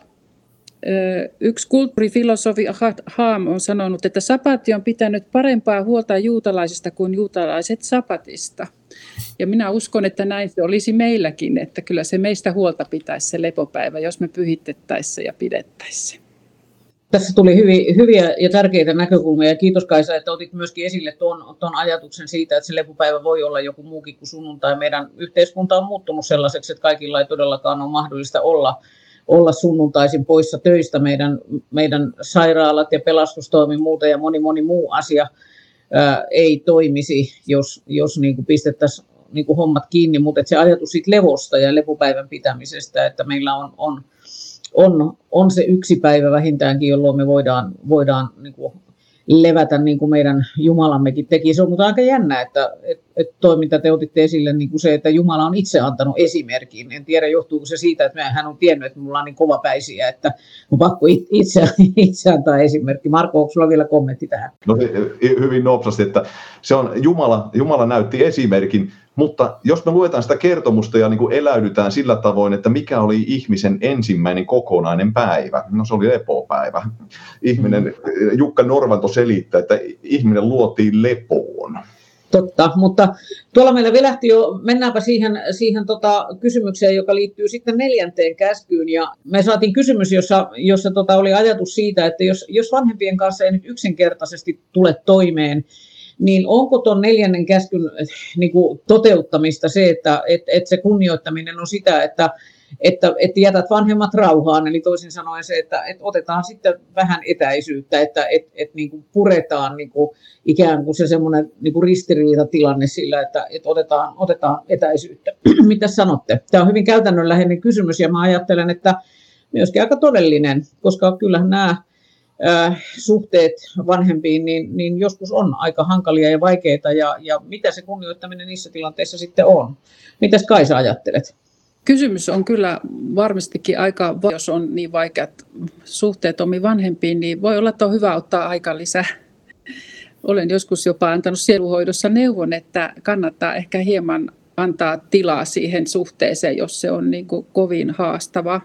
yksi kulttuurifilosofi Ahad Haam on sanonut, että sapatti on pitänyt parempaa huolta juutalaisista kuin juutalaiset sapatista. Ja minä uskon, että näin se olisi meilläkin, että kyllä se meistä huolta pitäisi se lepopäivä, jos me pyhitettäisiin ja pidettäisiin. Tässä tuli hyviä, hyviä ja tärkeitä näkökulmia ja kiitos Kaisa, että otit myöskin esille tuon, tuon ajatuksen siitä, että se lepopäivä voi olla joku muukin kuin sunnuntai. Meidän yhteiskunta on muuttunut sellaiseksi, että kaikilla ei todellakaan ole mahdollista olla, olla sunnuntaisin poissa töistä. Meidän, meidän sairaalat ja pelastustoimi muuta ja moni moni muu asia ää, ei toimisi, jos, jos niin kuin pistettäisiin niin kuin hommat kiinni, mutta se ajatus siitä levosta ja lepopäivän pitämisestä, että meillä on, on On, on se yksi päivä vähintäänkin, jolloin me voidaan, voidaan niin kuin levätä niin kuin meidän Jumalammekin teki. Se on mutta aika jännä, että et, et toi, mitä te otitte esille, niin kuin se, että Jumala on itse antanut esimerkin. En tiedä, johtuuko se siitä, että hän on tiennyt, että minulla on niin kovapäisiä, että on pakko itse, itse antaa esimerkki. Marko, onko sinulla vielä kommentti tähän? No hyvin nopsasti, että se on Jumala, Jumala näytti esimerkin. Mutta jos me luetaan sitä kertomusta ja niin kuin eläydytään sillä tavoin, että mikä oli ihmisen ensimmäinen kokonainen päivä, no se oli lepopäivä. Ihminen, Jukka Norvanto selittää, että ihminen luotiin lepoon. Totta, mutta tuolla meillä velähti jo, mennäänpä siihen, siihen tota kysymykseen, joka liittyy sitten neljänteen käskyyn. Ja me saatiin kysymys, jossa, jossa tota oli ajatus siitä, että jos, jos vanhempien kanssa ei nyt yksinkertaisesti tule toimeen, niin onko tuon neljännen käskyn niin kuin toteuttamista se, että et, et se kunnioittaminen on sitä, että että, että jätät vanhemmat rauhaan, eli toisin sanoen se, että, että otetaan sitten vähän etäisyyttä, että että, että niin kuin puretaan niin kuin ikään kuin se semmoinen niin kuin ristiriitatilanne sillä, että, että otetaan, otetaan etäisyyttä. Mitä sanotte? Tämä on hyvin käytännönläheinen kysymys, ja mä ajattelen, että myöskin aika todellinen, koska kyllähän nämä äh, suhteet vanhempiin niin, niin joskus on aika hankalia ja vaikeita, ja, ja mitä se kunnioittaminen niissä tilanteissa sitten on? Mitäs Kaisa ajattelet? Kysymys on kyllä varmastikin aika, jos on niin vaikeat suhteet omiin vanhempiin, niin voi olla, että on hyvä ottaa aika lisää. Olen joskus jopa antanut sieluhoidossa neuvon, että kannattaa ehkä hieman antaa tilaa siihen suhteeseen, jos se on niin kuin kovin haastava.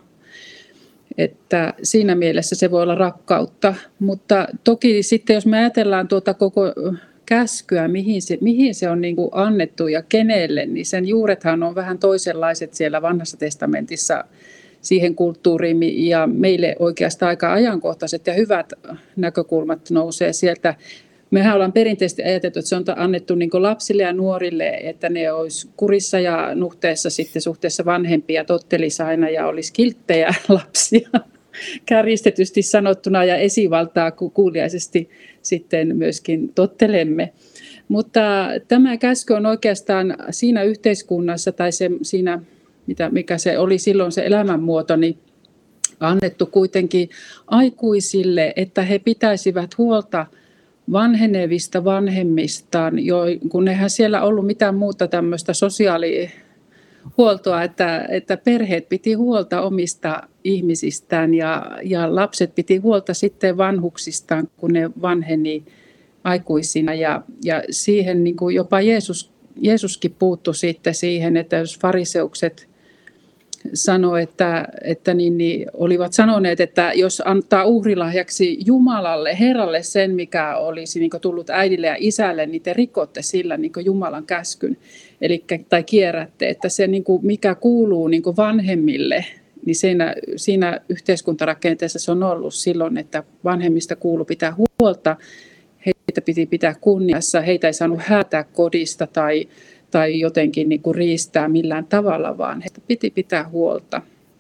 Että siinä mielessä se voi olla rakkautta, mutta toki sitten jos me ajatellaan tuota koko käskyä, mihin se, mihin se on niin kuin annettu ja kenelle, niin sen juurethan on vähän toisenlaiset siellä Vanhassa testamentissa siihen kulttuuriin, ja meille oikeastaan aika ajankohtaiset ja hyvät näkökulmat nousee sieltä. Mehän ollaan perinteisesti ajateltu, että se on annettu niin kuin lapsille ja nuorille, että ne olisi kurissa ja nuhteessa sitten suhteessa vanhempia, tottelisi aina ja olisi kilttejä lapsia, kärjistetysti sanottuna, ja esivaltaa kuuliaisesti sitten myöskin tottelemme. Mutta tämä käsky on oikeastaan siinä yhteiskunnassa tai se, siinä, mitä, mikä se oli silloin se elämänmuoto, niin annettu kuitenkin aikuisille, että he pitäisivät huolta vanhenevista vanhemmistaan, jo, kun eihän siellä ollut mitään muuta tämmöistä sosiaalihuoltoa, että, että perheet piti huolta omista ihmisistään ja, ja lapset piti huolta sitten vanhuksistaan, kun ne vanheni aikuisina. Ja, ja siihen niin kuin jopa Jeesus, Jeesuskin puuttui sitten siihen, että jos fariseukset sanoi, että, että niin, niin, olivat sanoneet, että jos antaa uhrilahjaksi Jumalalle, Herralle sen, mikä olisi niin kuin tullut äidille ja isälle, niin te rikotte sillä niin kuin Jumalan käskyn, eli, tai kierrätte, että se niin kuin, mikä kuuluu niin kuin vanhemmille, niin siinä, siinä yhteiskuntarakenteessa se on ollut silloin, että vanhemmista kuuluu pitää huolta, heitä piti pitää kunniassa, heitä ei saanut häätää kodista tai tai jotenkin niin kuin riistää millään tavalla, vaan heitä piti pitää huolta.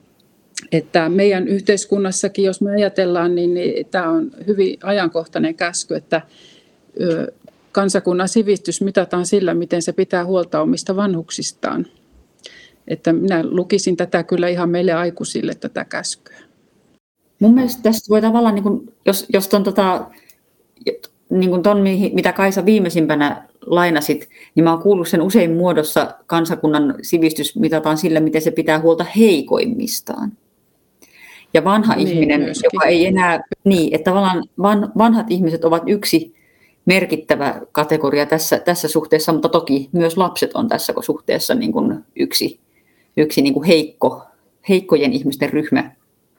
Että meidän yhteiskunnassakin, jos me ajatellaan, niin, niin tämä on hyvin ajankohtainen käsky, että ö, kansakunnan sivistys mitataan sillä, miten se pitää huolta omista vanhuksistaan. Että minä lukisin tätä kyllä ihan meille aikuisille, tätä käskyä. Mun mielestä tästä voi tavallaan, niin kuin, jos, jos ton, tota, niin kuin ton, mitä Kaisa viimeisimpänä lainasit, niin mä oon kuullut sen usein muodossa, kansakunnan sivistys mitataan sillä, miten se pitää huolta heikoimmistaan. Ja vanha niin, ihminen, myöskin. Joka ei enää, niin, että tavallaan van, vanhat ihmiset ovat yksi merkittävä kategoria tässä, tässä suhteessa, mutta toki myös lapset on tässä suhteessa niin kuin yksi, yksi niin kuin heikko, heikkojen ihmisten ryhmä.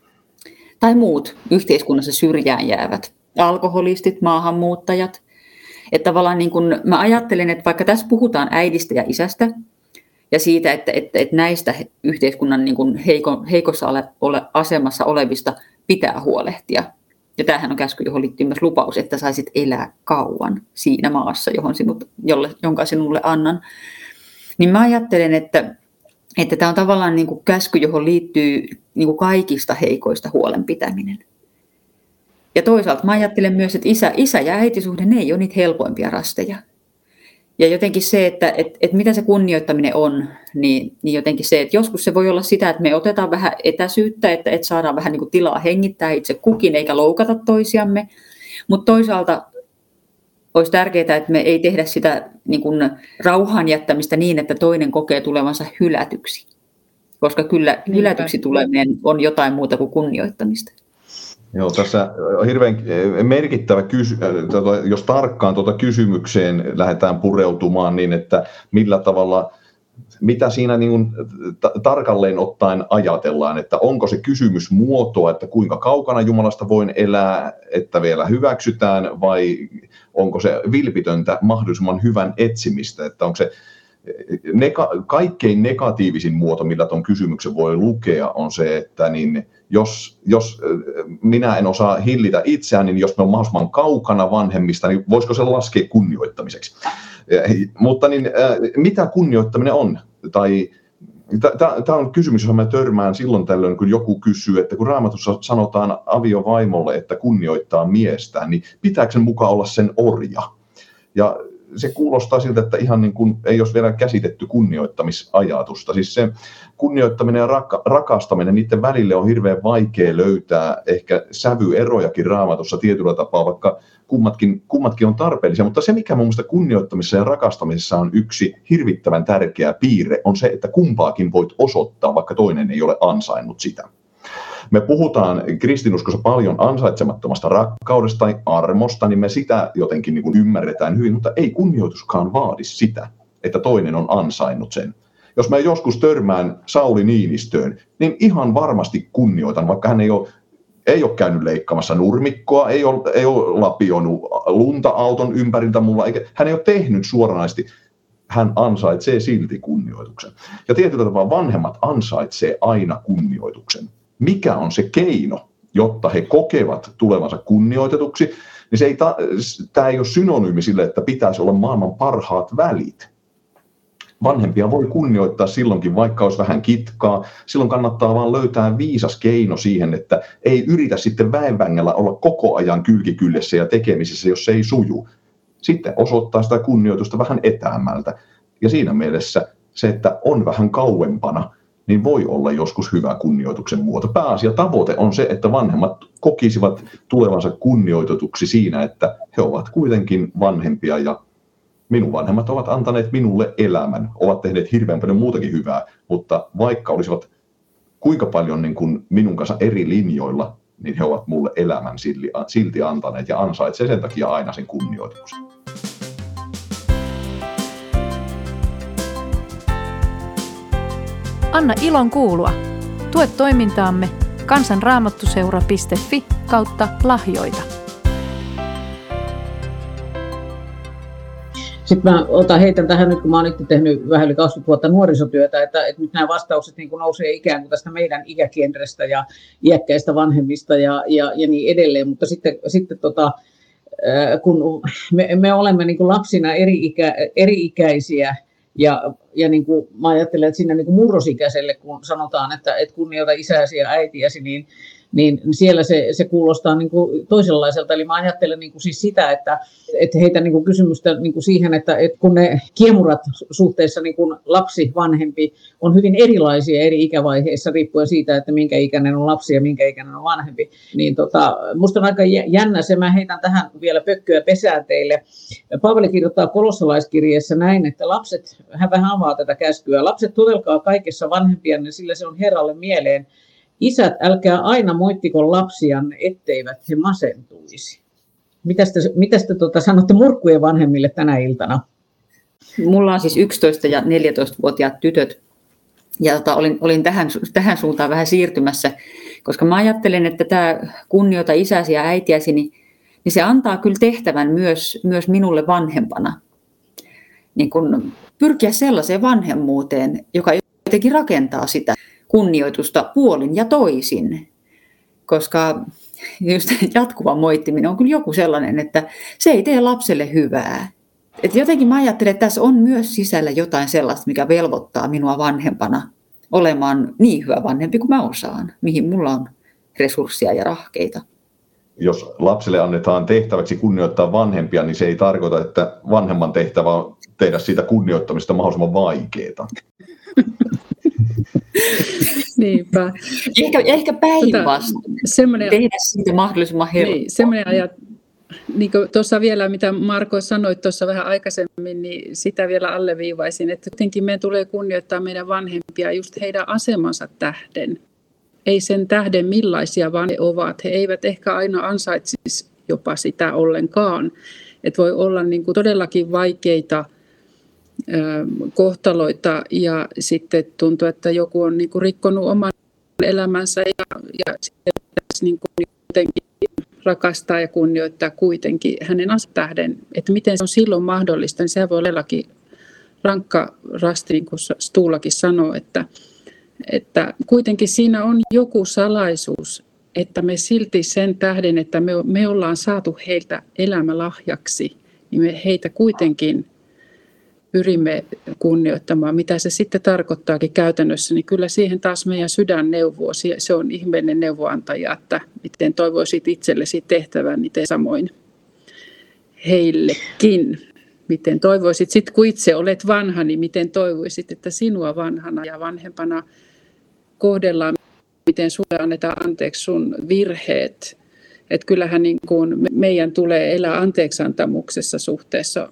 Tai muut yhteiskunnassa syrjään jäävät, alkoholistit, maahanmuuttajat. Että tavallaan niin kuin mä ajattelen, että vaikka tässä puhutaan äidistä ja isästä ja siitä, että, että, että näistä yhteiskunnan niin kuin heiko, heikossa ole, ole, asemassa olevista pitää huolehtia. Ja tämähän on käsky, johon liittyy myös lupaus, että saisit elää kauan siinä maassa, johon sinut, jolle, jonka sinulle annan. Niin mä ajattelen, että, että tämä on tavallaan niin kuin käsky, johon liittyy niin kuin kaikista heikoista huolenpitäminen. Ja toisaalta mä ajattelen myös, että isä, isä ja äitisuhde, ne ei ole niitä helpoimpia rasteja. Ja jotenkin se, että et, et mitä se kunnioittaminen on, niin, niin jotenkin se, että joskus se voi olla sitä, että me otetaan vähän etäisyyttä, että, että saadaan vähän niin kuin tilaa hengittää itse kukin eikä loukata toisiamme. Mutta toisaalta olisi tärkeää, että me ei tehdä sitä niin kuin rauhan jättämistä niin, että toinen kokee tulevansa hylätyksi. Koska kyllä hylätyksi tuleminen on jotain muuta kuin kunnioittamista. Joo, tässä on hirveän merkittävä kysymys, jos tarkkaan tuota kysymykseen lähdetään pureutumaan niin, että millä tavalla, mitä siinä niin kuin tarkalleen ottaen ajatellaan, että onko se kysymys muotoa, että kuinka kaukana Jumalasta voin elää, että vielä hyväksytään, vai onko se vilpitöntä mahdollisimman hyvän etsimistä, että onko se neka- kaikkein negatiivisin muoto, millä tuon kysymyksen voi lukea, on se, että niin Jos, jos minä en osaa hillitä itseään, niin jos me on mahdollisimman kaukana vanhemmista, niin voisiko se laskea kunnioittamiseksi? Mutta niin, mitä kunnioittaminen on? Tai Tämä on kysymys, johon mä törmään silloin tällöin, kun joku kysyy, että kun Raamatussa sanotaan aviovaimolle, että kunnioittaa miestään, niin pitääkö sen mukaan olla sen orja? Ja se kuulostaa siltä, että ihan niin kuin ei olisi vielä käsitetty kunnioittamisajatusta. Siis se kunnioittaminen ja rak- rakastaminen, niiden välille on hirveän vaikea löytää ehkä sävyerojakin Raamatussa tietyllä tapaa, vaikka kummatkin, kummatkin on tarpeellisia. Mutta se, mikä mun mielestä kunnioittamisessa ja rakastamisessa on yksi hirvittävän tärkeä piirre, on se, että kumpaakin voit osoittaa, vaikka toinen ei ole ansainnut sitä. Me puhutaan kristinuskossa paljon ansaitsemattomasta rakkaudesta tai armosta, niin me sitä jotenkin niin kuin ymmärretään hyvin, mutta ei kunnioituskaan vaadi sitä, että toinen on ansainnut sen. Jos mä joskus törmään Sauli Niinistöön, niin ihan varmasti kunnioitan, vaikka hän ei ole, ei ole käynyt leikkaamassa nurmikkoa, ei ole, ei ole lapionut lunta auton ympäriltä mulla, eikä, hän ei ole tehnyt suoranaisesti, hän ansaitsee silti kunnioituksen. Ja tietyllä tavalla vanhemmat ansaitsee aina kunnioituksen. Mikä on se keino, jotta he kokevat tulevansa kunnioitetuksi, niin se ei ta- tämä ei ole synonyymi sille, että pitäisi olla maailman parhaat välit. Vanhempia voi kunnioittaa silloinkin, vaikka olisi vähän kitkaa. Silloin kannattaa vaan löytää viisas keino siihen, että ei yritä sitten väenvängällä olla koko ajan kylkikyljessä ja tekemisissä, jos se ei suju. Sitten osoittaa sitä kunnioitusta vähän etäämmältä. Ja siinä mielessä se, että on vähän kauempana, niin voi olla joskus hyvä kunnioituksen muoto. Pääasia tavoite on se, että vanhemmat kokisivat tulevansa kunnioitetuksi siinä, että he ovat kuitenkin vanhempia ja minun vanhemmat ovat antaneet minulle elämän, ovat tehneet hirveän paljon muutakin hyvää, mutta vaikka olisivat kuinka paljon niin kuin minun kanssa eri linjoilla, niin he ovat mulle elämän silti antaneet ja ansaitsee sen takia aina sen kunnioituksen. Anna ilon kuulua. Tue toimintaamme kansanraamattuseura piste fi kautta lahjoita. Sitten mä otan, heitän tähän nyt, kun mä oon nyt tehnyt vähän yli kaksikymmentä vuotta nuorisotyötä, että, että nyt nämä vastaukset niin kuin nousee ikään kuin tästä meidän ikäkenrestä ja iäkkäistä vanhemmista ja, ja, ja niin edelleen, mutta sitten, sitten tota, kun me, me olemme niin kuin lapsina eri, ikä, eri ikäisiä, ja, ja niin kuin mä ajattelen, että siinä niin kuin murrosikäiselle, kun sanotaan, että, että kunnioita isäsi ja äitiäsi, niin, niin siellä se, se kuulostaa niin kuin toisenlaiselta. Eli mä ajattelen niin kuin siis sitä, että, että heitä niin kuin kysymystä niin kuin siihen, että, että kun ne kiemurat suhteessa niin kuin lapsi, vanhempi on hyvin erilaisia eri ikävaiheissa riippuen siitä, että minkä ikäinen on lapsi ja minkä ikäinen on vanhempi. Niin tota, musta on aika jännä se, mä heitän tähän vielä pökköä pesään teille. Paavali kirjoittaa kolossalaiskirjeessä näin, että lapset, hän vähän avaa tätä käskyä, lapset totelkaa kaikessa vanhempianne, sillä se on Herralle mieleen. Isät, älkää aina moittiko lapsianne, etteivät he masentuisi. Mitäs te, mitäs te tota, sanotte murkkujen vanhemmille tänä iltana? Mulla on siis yksitoista- ja neljätoistavuotiaat tytöt. Ja tota, olin, olin tähän, tähän suuntaan vähän siirtymässä, koska mä ajattelen, että tämä kunnioita isäsi ja äitiäsi, niin, niin se antaa kyllä tehtävän myös, myös minulle vanhempana. Niin kun pyrkiä sellaiseen vanhemmuuteen, joka jotenkin rakentaa sitä kunnioitusta puolin ja toisin, koska just jatkuva moittiminen on kyllä joku sellainen, että se ei tee lapselle hyvää. Et jotenkin mä ajattelen, että tässä on myös sisällä jotain sellaista, mikä velvoittaa minua vanhempana olemaan niin hyvä vanhempi kuin mä osaan, mihin mulla on resursseja ja rahkeita. Jos lapselle annetaan tehtäväksi kunnioittaa vanhempia, niin se ei tarkoita, että vanhemman tehtävä on tehdä siitä kunnioittamista mahdollisimman vaikeaa. Niinpä. Ehkä, ehkä päinvastoin. Tehdä siitä mahdollisimman helppoa. Niin, semmoinen ajat, niin kuin tuossa vielä, mitä Marko sanoi tuossa vähän aikaisemmin, niin sitä vielä alleviivaisin, että jotenkin meidän tulee kunnioittaa meidän vanhempia just heidän asemansa tähden. Ei sen tähden millaisia vaan he ovat. He eivät ehkä aina ansaitsisi jopa sitä ollenkaan. Että voi olla niin kuin todellakin vaikeita kohtaloita ja sitten tuntuu, että joku on niin kuin rikkonut oman elämänsä ja, ja sitten pitäisi niin kuin jotenkin rakastaa ja kunnioittaa kuitenkin hänen asetähden, että miten se on silloin mahdollista, niin sehän voi ollakin rankka rasti, niin kuin Stuulakin sanoo, että, että kuitenkin siinä on joku salaisuus, että me silti sen tähden, että me, me ollaan saatu heiltä elämälahjaksi, niin me heitä kuitenkin pyrimme kunnioittamaan, mitä se sitten tarkoittaakin käytännössä, niin kyllä siihen taas meidän sydän neuvoo. Se on ihmeellinen neuvoantaja, että miten toivoisit itsellesi tehtävän, niin tee samoin heillekin. Miten toivoisit, sit kun itse olet vanha, niin miten toivoisit, että sinua vanhana ja vanhempana kohdellaan, miten sulle annetaan anteeksi sun virheet. Että kyllähän niin kuin meidän tulee elää anteeksiantamuksessa suhteessa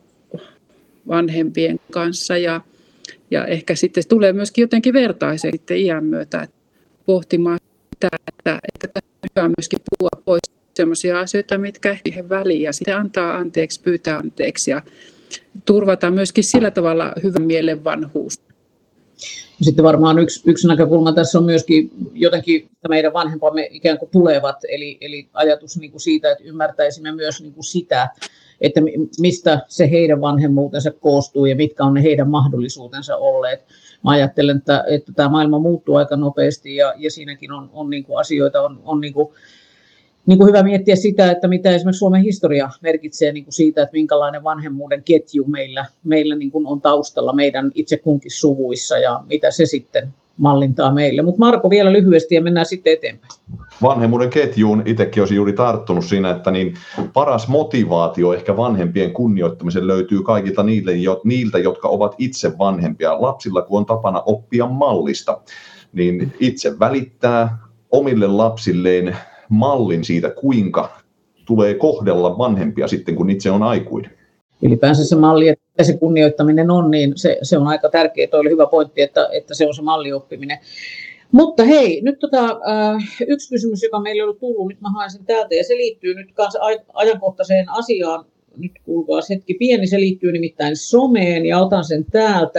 vanhempien kanssa ja, ja ehkä sitten tulee myöskin jotenkin vertaisen sitten iän myötä pohtimaan sitä, että, että on hyvä myöskin puhua pois sellaisia asioita, mitkä ehkä he väliin ja sitten antaa anteeksi, pyytää anteeksi ja turvata myöskin sillä tavalla hyvän mielen vanhuus. Sitten varmaan yksi, yksi näkökulma tässä on myöskin jotenkin, että meidän vanhempamme ikään kuin tulevat, eli, eli ajatus niin kuin siitä, että ymmärtäisimme myös niin kuin sitä, että mistä se heidän vanhemmuutensa koostuu ja mitkä on ne heidän mahdollisuutensa olleet. Mä ajattelen, että, että tämä maailma muuttuu aika nopeasti ja, ja siinäkin on, on niin kuin asioita, on, on niin kuin, niin kuin hyvä miettiä sitä, että mitä esimerkiksi Suomen historia merkitsee niin kuin siitä, että minkälainen vanhemmuuden ketju meillä, meillä niin kuin on taustalla meidän itse kunkin suvuissa ja mitä se sitten mallintaa meille. Mutta Marko vielä lyhyesti ja mennään sitten eteenpäin. Vanhemmuuden ketjuun itsekin olisin juuri tarttunut siinä, että niin paras motivaatio ehkä vanhempien kunnioittamisen löytyy kaikilta niille, niiltä, jotka ovat itse vanhempia. Lapsilla kun on tapana oppia mallista, niin itse välittää omille lapsilleen mallin siitä, kuinka tulee kohdella vanhempia sitten, kun itse on aikuinen. Ylipäänsä se malli, että se kunnioittaminen on, niin se, se on aika tärkeä. Tuo oli hyvä pointti, että, että se on se mallioppiminen. Mutta hei, nyt tota, äh, yksi kysymys, joka meille on tullut, nyt mä haen sen täältä, ja se liittyy nyt kanssa ajankohtaiseen asiaan. Nyt kuulkaa hetki pieni, se liittyy nimittäin someen, ja otan sen täältä.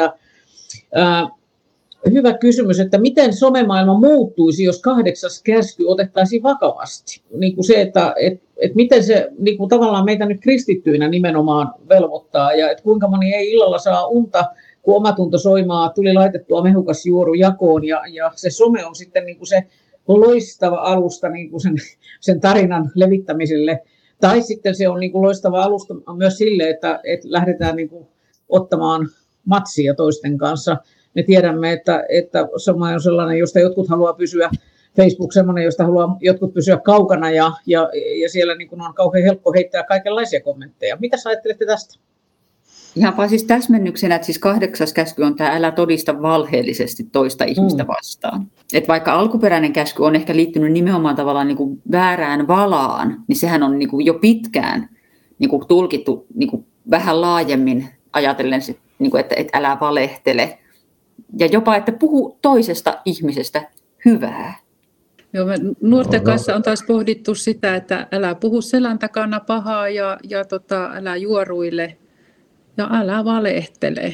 Äh, Hyvä kysymys, että miten somemaailma muuttuisi, jos kahdeksas käsky otettaisiin vakavasti? Niin kuin se, että et, et miten se niin kuin tavallaan meitä nyt kristittyinä nimenomaan velvoittaa, ja että kuinka moni ei illalla saa unta, kun omatunto soimaa, tuli laitettua mehukas juoru jakoon, ja, ja se some on sitten niin kuin se loistava alusta niin kuin sen, sen tarinan levittämiselle. Tai sitten se on niin kuin loistava alusta myös sille, että, että lähdetään niin kuin ottamaan matsia toisten kanssa. Me tiedämme, että, että some on sellainen, josta jotkut haluaa pysyä, Facebook sellainen, josta haluaa jotkut pysyä kaukana, ja, ja, ja siellä niin kuin on kauhean helppo heittää kaikenlaisia kommentteja. Mitä sä ajattelette tästä? Ihan vaan siis täsmennyksenä, että siis kahdeksas käsky on tämä älä todista valheellisesti toista ihmistä mm. vastaan. Että vaikka alkuperäinen käsky on ehkä liittynyt nimenomaan tavallaan niin kuin väärään valaan, niin sehän on niin kuin jo pitkään niin kuin tulkittu niin kuin vähän laajemmin ajatellen, niin kuin, että, että älä valehtele. Ja jopa, että puhu toisesta ihmisestä hyvää. Joo, me nuorten kanssa on taas pohdittu sitä, että älä puhu selän takana pahaa ja, ja tota, älä juoruille ja älä valehtele.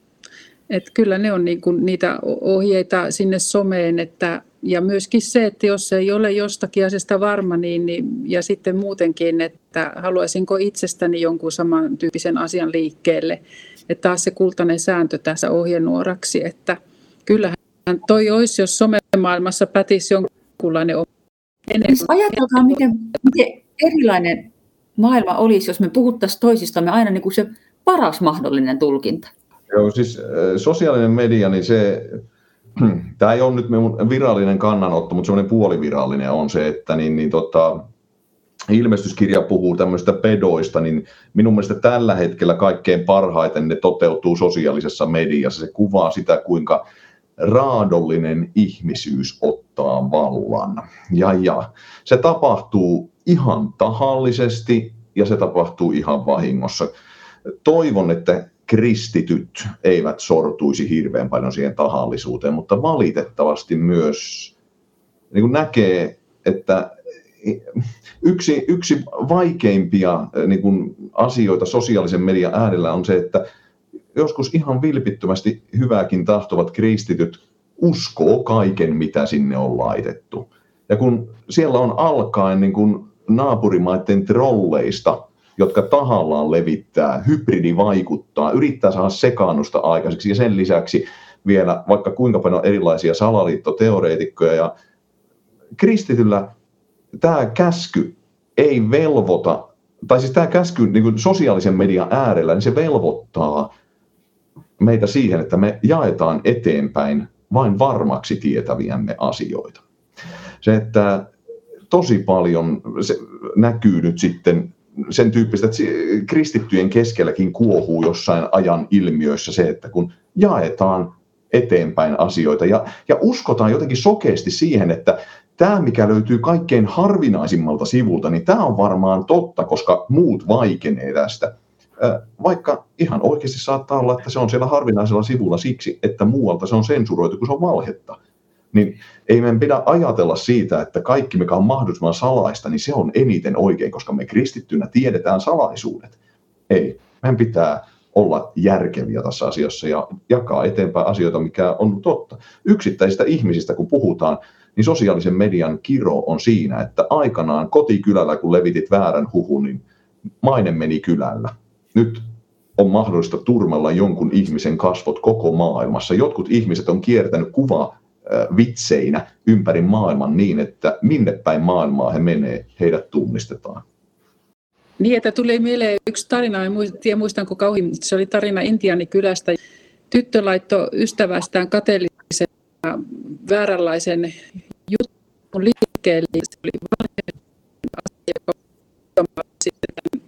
Et kyllä ne on niinku niitä ohjeita sinne someen. Että, ja myöskin se, että jos ei ole jostakin asiasta varma, niin, niin, ja sitten muutenkin, että haluaisinko itsestäni jonkun samantyyppisen asian liikkeelle. Että taas se kultainen sääntö tässä ohjenuoraksi, että kyllähän toi olisi, jos somemaailmassa pätisi jonkunlainen enemmän. Ajatelkaa, miten, miten erilainen maailma olisi, jos me puhuttaisiin toisistamme aina niin kuin se paras mahdollinen tulkinta. Joo, siis sosiaalinen media, niin se, tämä ei ole nyt minun virallinen kannanotto, mutta semmoinen puolivirallinen on se, että niin, niin tota, ilmestyskirja puhuu tämmöistä pedoista, niin minun mielestä tällä hetkellä kaikkein parhaiten ne toteutuu sosiaalisessa mediassa. Se kuvaa sitä, kuinka raadollinen ihmisyys ottaa vallan. Ja, ja se tapahtuu ihan tahallisesti ja se tapahtuu ihan vahingossa. Toivon, että kristityt eivät sortuisi hirveän paljon siihen tahallisuuteen, mutta valitettavasti myös niin kuin näkee, että Yksi, yksi vaikeimpia niin kuin asioita sosiaalisen median äärellä on se, että joskus ihan vilpittömästi hyvääkin tahtovat kristityt uskoo kaiken, mitä sinne on laitettu. Ja kun siellä on alkaen niin kuin naapurimaiden trolleista, jotka tahallaan levittää, hybridivaikuttaa, yrittää saada sekaannusta aikaiseksi ja sen lisäksi vielä vaikka kuinka paljon erilaisia salaliittoteoreetikkoja ja kristityllä tämä käsky ei velvoita, tai siis tämä käsky niin kuin sosiaalisen median äärellä, niin se velvoittaa meitä siihen, että me jaetaan eteenpäin vain varmaksi tietäviämme asioita. Se, että tosi paljon se näkyy nyt sitten sen tyyppistä, että kristittyjen keskelläkin kuohuu jossain ajan ilmiöissä se, että kun jaetaan eteenpäin asioita ja, ja uskotaan jotenkin sokeasti siihen, että tämä, mikä löytyy kaikkein harvinaisimmalta sivulta, niin tämä on varmaan totta, koska muut vaikenee tästä. Vaikka ihan oikeasti saattaa olla, että se on siellä harvinaisella sivulla siksi, että muualta se on sensuroitu, kun se on valhetta. Niin ei meidän pidä ajatella siitä, että kaikki, mikä on mahdollisimman salaista, niin se on eniten oikein, koska me kristittynä tiedetään salaisuudet. Ei, meidän pitää olla järkeviä tässä asiassa ja jakaa eteenpäin asioita, mikä on totta. Yksittäisistä ihmisistä, kun puhutaan, niin sosiaalisen median kiro on siinä, että aikanaan kotikylällä, kun levitit väärän huhun, niin maine meni kylällä. Nyt on mahdollista turmella jonkun ihmisen kasvot koko maailmassa. Jotkut ihmiset on kiertänyt kuva vitseinä ympäri maailman niin, että minne päin maailmaa he menee, heidät tunnistetaan. Niin, että tuli mieleen yksi tarina, en tiedä muistanko kauhin, mutta se oli tarina Intiaanikylästä. Tyttö laittoi ystävästään kateellisen vääränlaisen jutun liikkeelle. Se oli valheellinen asia, joka sitten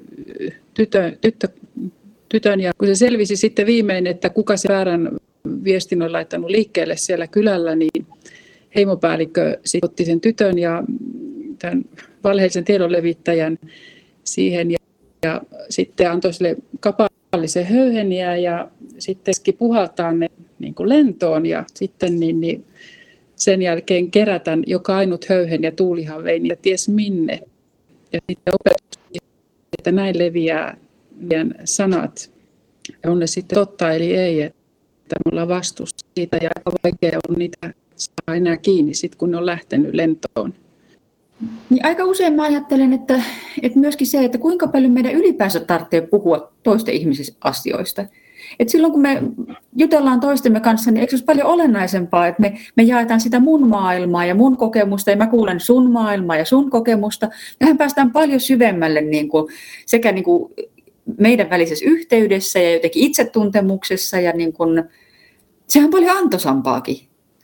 tytön, tyttö, tytön, ja kun se selvisi sitten viimein, että kuka se väärän viestin on laittanut liikkeelle siellä kylällä, niin heimopäällikkö sitten otti sen tytön ja tämän valheellisen tiedon levittäjän siihen ja, ja sitten antoi sille kapallisen höyheniä ja sitten puhaltaa ne niin kuin lentoon ja sitten niin, niin sen jälkeen kerätään joka ainut höyhen ja tuulihan vei niitä ties minne. Ja sitten opetus, että näin leviää meidän sanat. Ja on ne sitten totta eli ei, että me ollaan vastuussa siitä ja aika vaikea on niitä saa enää kiinni sit, kun ne on lähtenyt lentoon. Niin aika usein mä ajattelen, että, että myöskin se, että kuinka paljon meidän ylipäänsä tarvitsee puhua toisten ihmisten asioista. Et silloin kun me jutellaan toistemme kanssa, niin eikö se ole paljon olennaisempaa, että me, me jaetaan sitä mun maailmaa ja mun kokemusta ja mä kuulen sun maailmaa ja sun kokemusta. Tähän päästään paljon syvemmälle niin kuin, sekä niin kuin meidän välisessä yhteydessä ja jotenkin itsetuntemuksessa ja niin kuin, sehän on paljon antoisampaakin.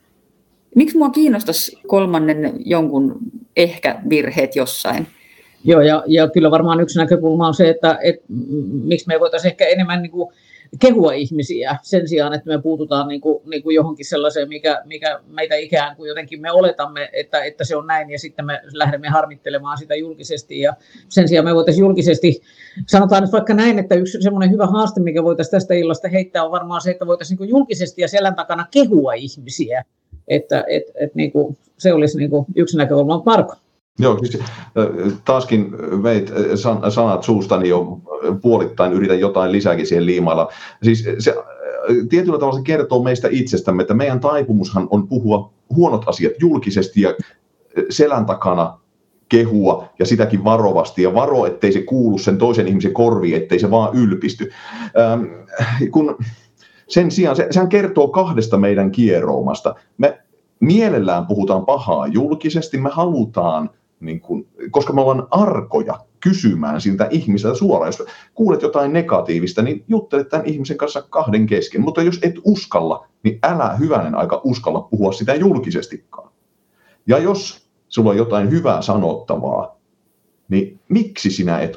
Miksi mua kiinnostaisi kolmannen jonkun ehkä virheet jossain? Joo, ja, ja kyllä varmaan yksi näkökulma on se, että et, miksi me voitaisiin ehkä enemmän niin kuin kehua ihmisiä sen sijaan, että me puututaan niin kuin, niin kuin johonkin sellaiseen, mikä, mikä meitä ikään kuin jotenkin me oletamme, että, että se on näin, ja sitten me lähdemme harmittelemaan sitä julkisesti. Ja sen sijaan me voitaisiin julkisesti, sanotaan nyt vaikka näin, että yksi semmoinen hyvä haaste, mikä voitaisiin tästä illasta heittää, on varmaan se, että voitaisiin niin kuin julkisesti ja selän takana kehua ihmisiä. Että et, et, niin kuin, se olisi niin kuin yksi näkökulma. Marko? Joo, siis taaskin veit sanat suustani jo puolittain, yritän jotain lisääkin siihen liimailla. Siis se tietyllä tavalla se kertoo meistä itsestämme, että meidän taipumushan on puhua huonot asiat julkisesti ja selän takana kehua ja sitäkin varovasti ja varo, ettei se kuulu sen toisen ihmisen korviin, ettei se vaan ylpisty. Ähm, kun sen sijaan, se, sehän kertoo kahdesta meidän kieroumasta. Me mielellään puhutaan pahaa julkisesti, me halutaan, niin kun, koska me ollaan arkoja kysymään siltä ihmiseltä suoraan. Jos kuulet jotain negatiivista, niin juttelet tämän ihmisen kanssa kahden kesken. Mutta jos et uskalla, niin älä hyvänen aika uskalla puhua sitä julkisestikaan. Ja jos sulla on jotain hyvää sanottavaa, niin miksi sinä et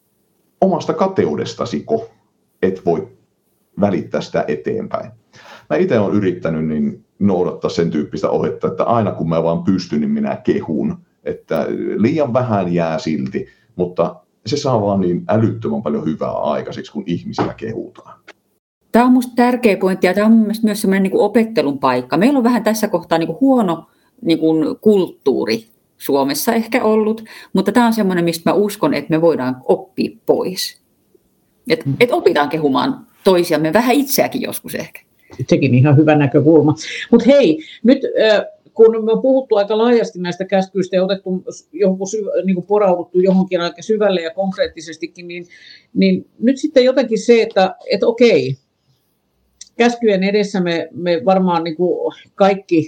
omasta kateudestasiko et voi välittää sitä eteenpäin? Mä itse olen yrittänyt niin noudattaa sen tyyppistä ohjetta, että aina kun mä vaan pystyn, niin minä kehun. Että liian vähän jää silti, mutta se saa vaan niin älyttömän paljon hyvää aikaiseksi, kun ihmisiä kehutaan. Tämä on minusta tärkeä pointti ja tämä on mielestäni myös sellainen niin kuin opettelun paikka. Meillä on vähän tässä kohtaa niin kuin huono niin kuin kulttuuri Suomessa ehkä ollut, mutta tämä on sellainen, mistä mä uskon, että me voidaan oppia pois. Että et opitaan kehumaan toisiamme, vähän itseäkin joskus ehkä. Sekin ihan hyvä näkökulma. Mutta hei, nyt kun me on puhuttu aika laajasti näistä käskyistä ja otettu johonkin niin kuin porauduttu johonkin aika syvälle ja konkreettisestikin, niin, niin nyt sitten jotenkin se, että et okei, käskyjen edessä me, me varmaan niin kuin kaikki,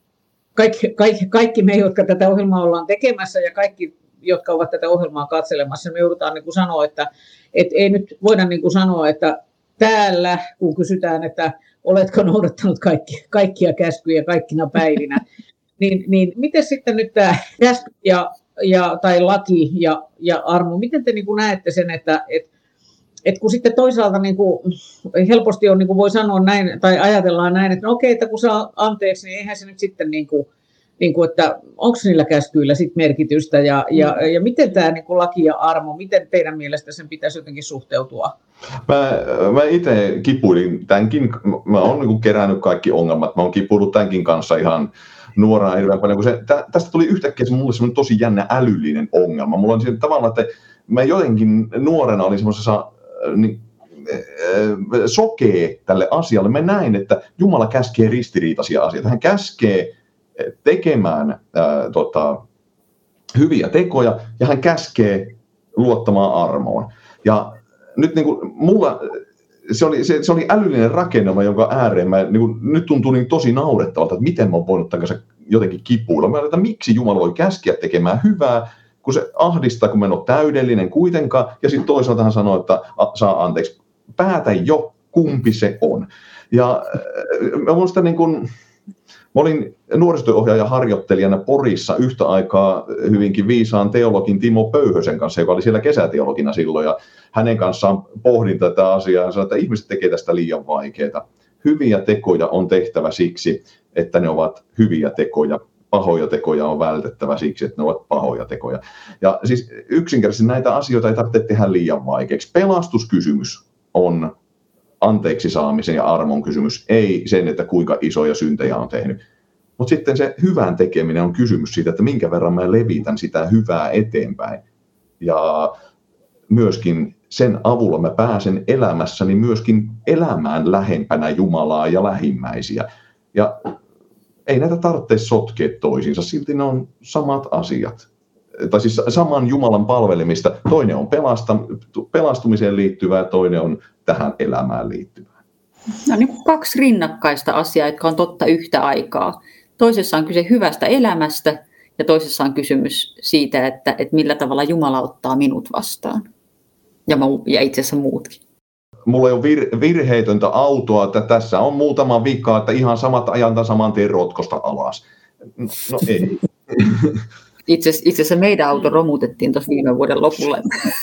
kaikki, kaikki, kaikki me, jotka tätä ohjelmaa ollaan tekemässä ja kaikki, jotka ovat tätä ohjelmaa katselemassa, me joudutaan niin kuin sanoa, että et ei nyt voida niin kuin sanoa, että täällä, kun kysytään, että oletko noudattanut kaikki, kaikkia käskyjä kaikkina päivinä, niin, niin miten sitten nyt tämä käsky ja, ja, tai laki ja, ja armo, miten te niin kuin näette sen, että et, et kun sitten toisaalta niin kuin helposti on, niin kuin voi sanoa näin, tai ajatellaan näin, että no okei, että kun saa anteeksi, niin eihän se nyt sitten, niin kuin, niin kuin, että onko niillä käskyillä sit merkitystä, ja, ja, ja miten tämä niin kuin laki ja armo, miten teidän mielestä sen pitäisi jotenkin suhteutua? Mä, mä itse kipuilin tämänkin, mä oon niin kuin kerännyt kaikki ongelmat, mä oon kipuillut tämänkin kanssa ihan nuorana hirveän paljon, kun se, tä, tästä tuli yhtäkkiä se mulle semmoinen tosi jännä älyllinen ongelma. Mulla on tavallaan, että mä jotenkin nuorena olin semmoisessa niin, sokee tälle asialle. Mä näin, että Jumala käskee ristiriitaisia asioita. Hän käskee tekemään ää, tota, hyviä tekoja ja hän käskee luottamaan armoon. Ja nyt niin kuin, mulla se oli, se, se oli älyllinen rakennelma, jonka ääreen mä, niin kuin, nyt tuntuu niin tosi naurettavalta, että miten mä oon voinut tämän kanssa jotenkin kipuilla. Mä ajattelin, että miksi Jumala voi käskeä tekemään hyvää, kun se ahdistaa, kun mä en ole täydellinen kuitenkaan, ja sitten toisaalta hän sanoo, että a, saa anteeksi. Päätä jo, kumpi se on. Ja mä muistan, niin kun, mä olin nuorisotyöohjaaja harjoittelijana Porissa yhtä aikaa hyvinkin viisaan teologin Timo Pöyhösen kanssa, joka oli siellä kesäteologina silloin, ja hänen kanssaan pohdin tätä asiaa ja sanoin, että ihmiset tekee tästä liian vaikeaa. Hyviä tekoja on tehtävä siksi, että ne ovat hyviä tekoja. Pahoja tekoja on vältettävä siksi, että ne ovat pahoja tekoja. Ja siis yksinkertaisesti näitä asioita ei tarvitse tehdä liian vaikeaksi. Pelastuskysymys on anteeksi saamisen ja armon kysymys, ei sen, että kuinka isoja syntejä on tehnyt. Mutta sitten se hyvän tekeminen on kysymys siitä, että minkä verran mä levitän sitä hyvää eteenpäin. Ja myöskin sen avulla mä pääsen elämässäni myöskin elämään lähempänä Jumalaa ja lähimmäisiä. Ja ei näitä tarvitse sotkea toisiinsa, silti ne on samat asiat. Tai siis saman Jumalan palvelemista. Toinen on pelasta, pelastumiseen liittyvää, toinen on tähän elämään liittyvää. No niin kuin kaksi rinnakkaista asiaa, jotka on totta yhtä aikaa. Toisessa on kyse hyvästä elämästä ja toisessa on kysymys siitä, että, että millä tavalla Jumala ottaa minut vastaan. Ja, mä, ja itse asiassa muutkin. Mulla ei ole vir, virheetöntä autoa, että tässä on muutama vika, että ihan samat ajantaa saman tien rotkosta alas. No ei. Itse, itse asiassa meidän auto romutettiin tuossa viime vuoden lopulla.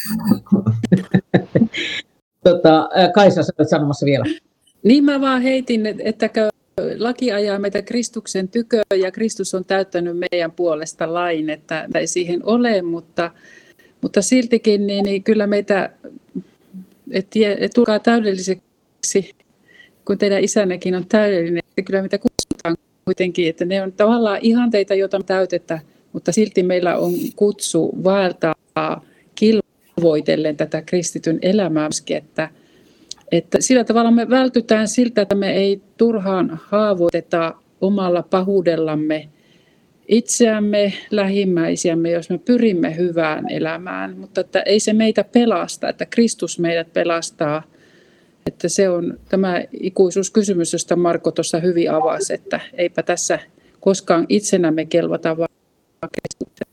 tota, Kaisa, sä olet sanomassa vielä. Niin mä vaan heitin, että laki ajaa meitä Kristuksen tykö ja Kristus on täyttänyt meidän puolesta lain, että ei siihen ole, mutta, mutta siltikin niin, niin kyllä meitä, että et tulkaa täydelliseksi, kun teidän isännekin on täydellinen, että kyllä meitä kutsutaan kuitenkin, että ne on tavallaan ihanteita, joita me täytetään, mutta silti meillä on kutsu vaeltaa kilvoitellen tätä kristityn elämää, että, että sillä tavalla me vältytään siltä, että me ei turhaan haavoiteta omalla pahuudellamme itseämme, lähimmäisiämme, jos me pyrimme hyvään elämään, mutta että ei se meitä pelasta, että Kristus meidät pelastaa. Että se on tämä ikuisuuskysymys, josta Marko tuossa hyvin avasi, että eipä tässä koskaan itsenämme kelvata, vaan Kristuksen.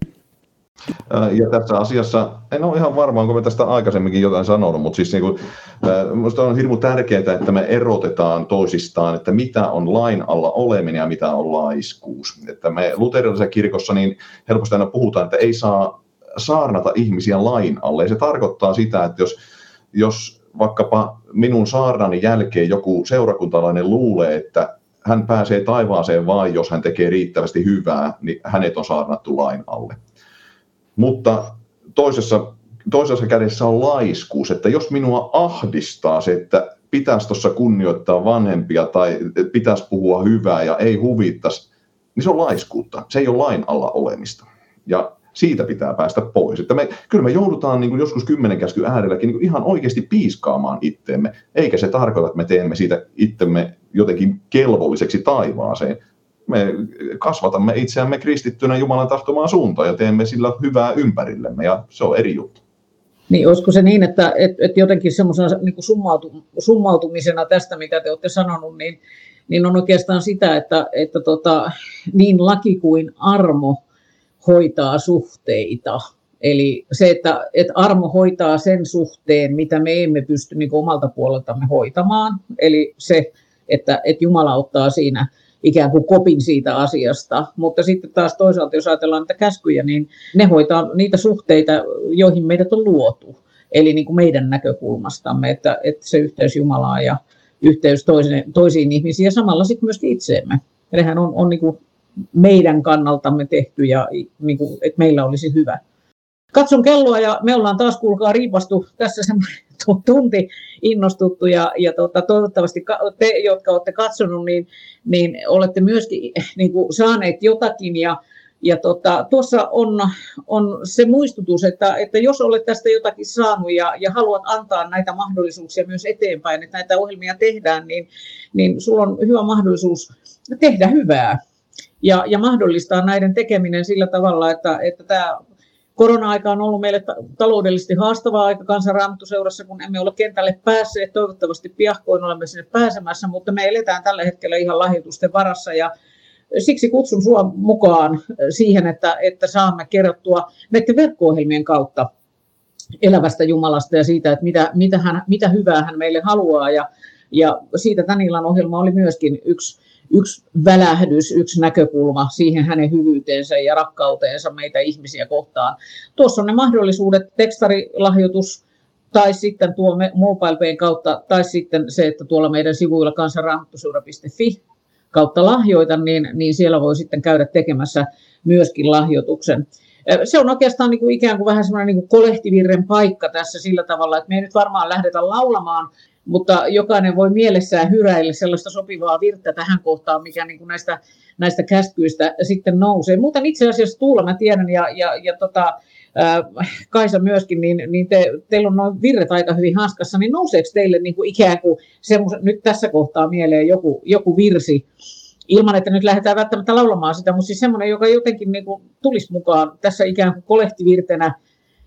Ja tässä asiassa, en ole ihan varma, onko me tästä aikaisemminkin jotain sanonut, mutta siis niin kuin, minusta on hirmu tärkeää, että me erotetaan toisistaan, että mitä on lain alla oleminen ja mitä on laiskuus. Että me luterilaisessa kirkossa niin helposti aina puhutaan, että ei saa saarnata ihmisiä lain alle. Ja se tarkoittaa sitä, että jos, jos vaikkapa minun saarnani jälkeen joku seurakuntalainen luulee, että hän pääsee taivaaseen vain, jos hän tekee riittävästi hyvää, niin hänet on saarnattu lain alle. Mutta toisessa, toisessa kädessä on laiskuus, että jos minua ahdistaa se, että pitäisi tuossa kunnioittaa vanhempia tai pitäisi puhua hyvää ja ei huvittaisi, niin se on laiskuutta. Se ei ole lain alla olemista. Ja siitä pitää päästä pois. Että me, kyllä me joudutaan niin kuin joskus kymmenen käskyn äärelläkin niin kuin ihan oikeasti piiskaamaan itteemme, eikä se tarkoita, että me teemme siitä itsemme jotenkin kelvolliseksi taivaaseen. Me kasvatamme itseämme kristittynä Jumalan tahtomaan suuntaan ja teemme sillä hyvää ympärillemme, ja se on eri juttu. Niin, olisiko se niin, että, että, että jotenkin semmoisena niin kuin summautumisena tästä, mitä te olette sanonut, niin, niin on oikeastaan sitä, että, että tota, niin laki kuin armo hoitaa suhteita. Eli se, että, että armo hoitaa sen suhteen, mitä me emme pysty niin kuin omalta puoleltamme hoitamaan. Eli se, että, että Jumala ottaa siinä ikään kuin kopin siitä asiasta. Mutta sitten taas toisaalta, jos ajatellaan niitä käskyjä, niin ne hoitaa niitä suhteita, joihin meidät on luotu. Eli niin kuin meidän näkökulmastamme, että, että se yhteys Jumalaan ja yhteys toisiin, toisiin ihmisiin ja samalla sitten myöskin itseemme. Nehän on, on niin kuin meidän kannaltamme tehty ja niin kuin, että meillä olisi hyvä. Katson kelloa ja me ollaan taas, kuulkaa, riipastu tässä semmoinen tunti innostuttu ja, ja tota, toivottavasti te, jotka olette katsonut, niin, niin olette myöskin niin kuin saaneet jotakin ja, ja tota, tuossa on, on se muistutus, että, että jos olet tästä jotakin saanut ja, ja haluat antaa näitä mahdollisuuksia myös eteenpäin, että näitä ohjelmia tehdään, niin, niin sulla on hyvä mahdollisuus tehdä hyvää ja, ja mahdollistaa näiden tekeminen sillä tavalla, että, että tämä korona-aika on ollut meille taloudellisesti haastavaa aika Kansan Raamattuseurassa, kun emme ole kentälle päässeet. Toivottavasti piakkoin olemme sinne pääsemässä, mutta me eletään tällä hetkellä ihan lahjoitusten varassa. Ja siksi kutsun sinua mukaan siihen, että, että saamme kerrottua näiden verkko-ohjelmien kautta elävästä Jumalasta ja siitä, että mitä, mitä, hän, mitä hyvää hän meille haluaa. Ja, ja siitä tämän illan ohjelma oli myöskin yksi. Yksi välähdys, yksi näkökulma siihen hänen hyvyyteensä ja rakkauteensa meitä ihmisiä kohtaan. Tuossa on ne mahdollisuudet, tekstarilahjoitus tai sitten tuo MobilePayn kautta tai sitten se, että tuolla meidän sivuilla kansanraamattuseura piste fi kautta lahjoita, niin, niin siellä voi sitten käydä tekemässä myöskin lahjoituksen. Se on oikeastaan niin kuin ikään kuin vähän semmoinen niin kuin kolehtivirren paikka tässä sillä tavalla, että me ei nyt varmaan lähdetä laulamaan, mutta jokainen voi mielessään hyräillä sellaista sopivaa virttä tähän kohtaan, mikä niin kuin näistä, näistä käskyistä sitten nousee. Muuten itse asiassa Tuula mä tiedän ja, ja, ja tota, ää, Kaisa myöskin, niin, niin te, teillä on noin virret aika hyvin hanskassa, niin nouseeko teille niin kuin ikään kuin nyt tässä kohtaa mieleen joku, joku virsi, ilman että nyt lähdetään välttämättä laulamaan sitä, mutta siis semmoinen, joka jotenkin niin kuin tulisi mukaan tässä ikään kuin kolehtivirtenä,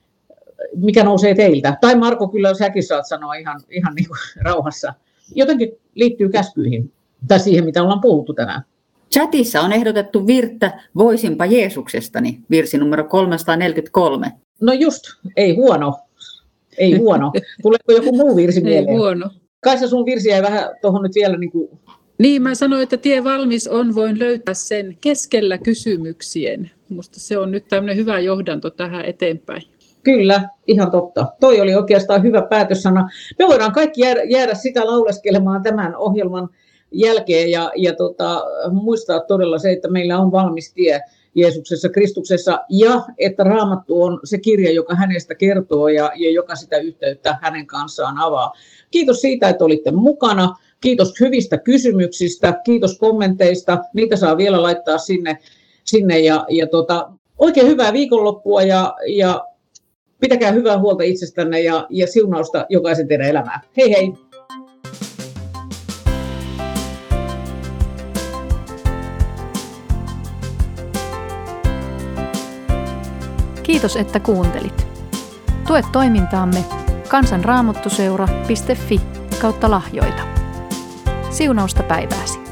mikä nousee teiltä. Tai Marko, kyllä säkin saat sanoa ihan, ihan niin kuin rauhassa. Jotenkin liittyy käskyihin tai siihen, mitä ollaan puhuttu tänään. Chatissa on ehdotettu virttä Voisinpa Jeesuksestani, virsi numero kolmesataaneljäkymmentäkolme. No just, ei huono. Ei huono. Tuleeko joku muu virsi mieleen? Ei huono. Kaisa, sun virsi jäi vähän tuohon nyt vielä niin kuin... Niin, mä sanoin, että tie valmis on, voin löytää sen keskellä kysymyksien. Musta se on nyt tämmöinen hyvä johdanto tähän eteenpäin. Kyllä, ihan totta. Toi oli oikeastaan hyvä päätössana. Me voidaan kaikki jäädä, jäädä sitä lauleskelemaan tämän ohjelman jälkeen ja, ja tota, muistaa todella se, että meillä on valmis tie Jeesuksessa, Kristuksessa ja että Raamattu on se kirja, joka hänestä kertoo ja, ja joka sitä yhteyttä hänen kanssaan avaa. Kiitos siitä, että olitte mukana. Kiitos hyvistä kysymyksistä, kiitos kommenteista. Niitä saa vielä laittaa sinne, sinne ja, ja tota, oikein hyvää viikonloppua ja, ja pitäkää hyvää huolta itsestänne ja, ja siunausta jokaisen teidän elämään. Hei hei! Kiitos, että kuuntelit. Tue toimintaamme kansanraamattuseura piste fi kautta lahjoita. Siunausta päivääsi.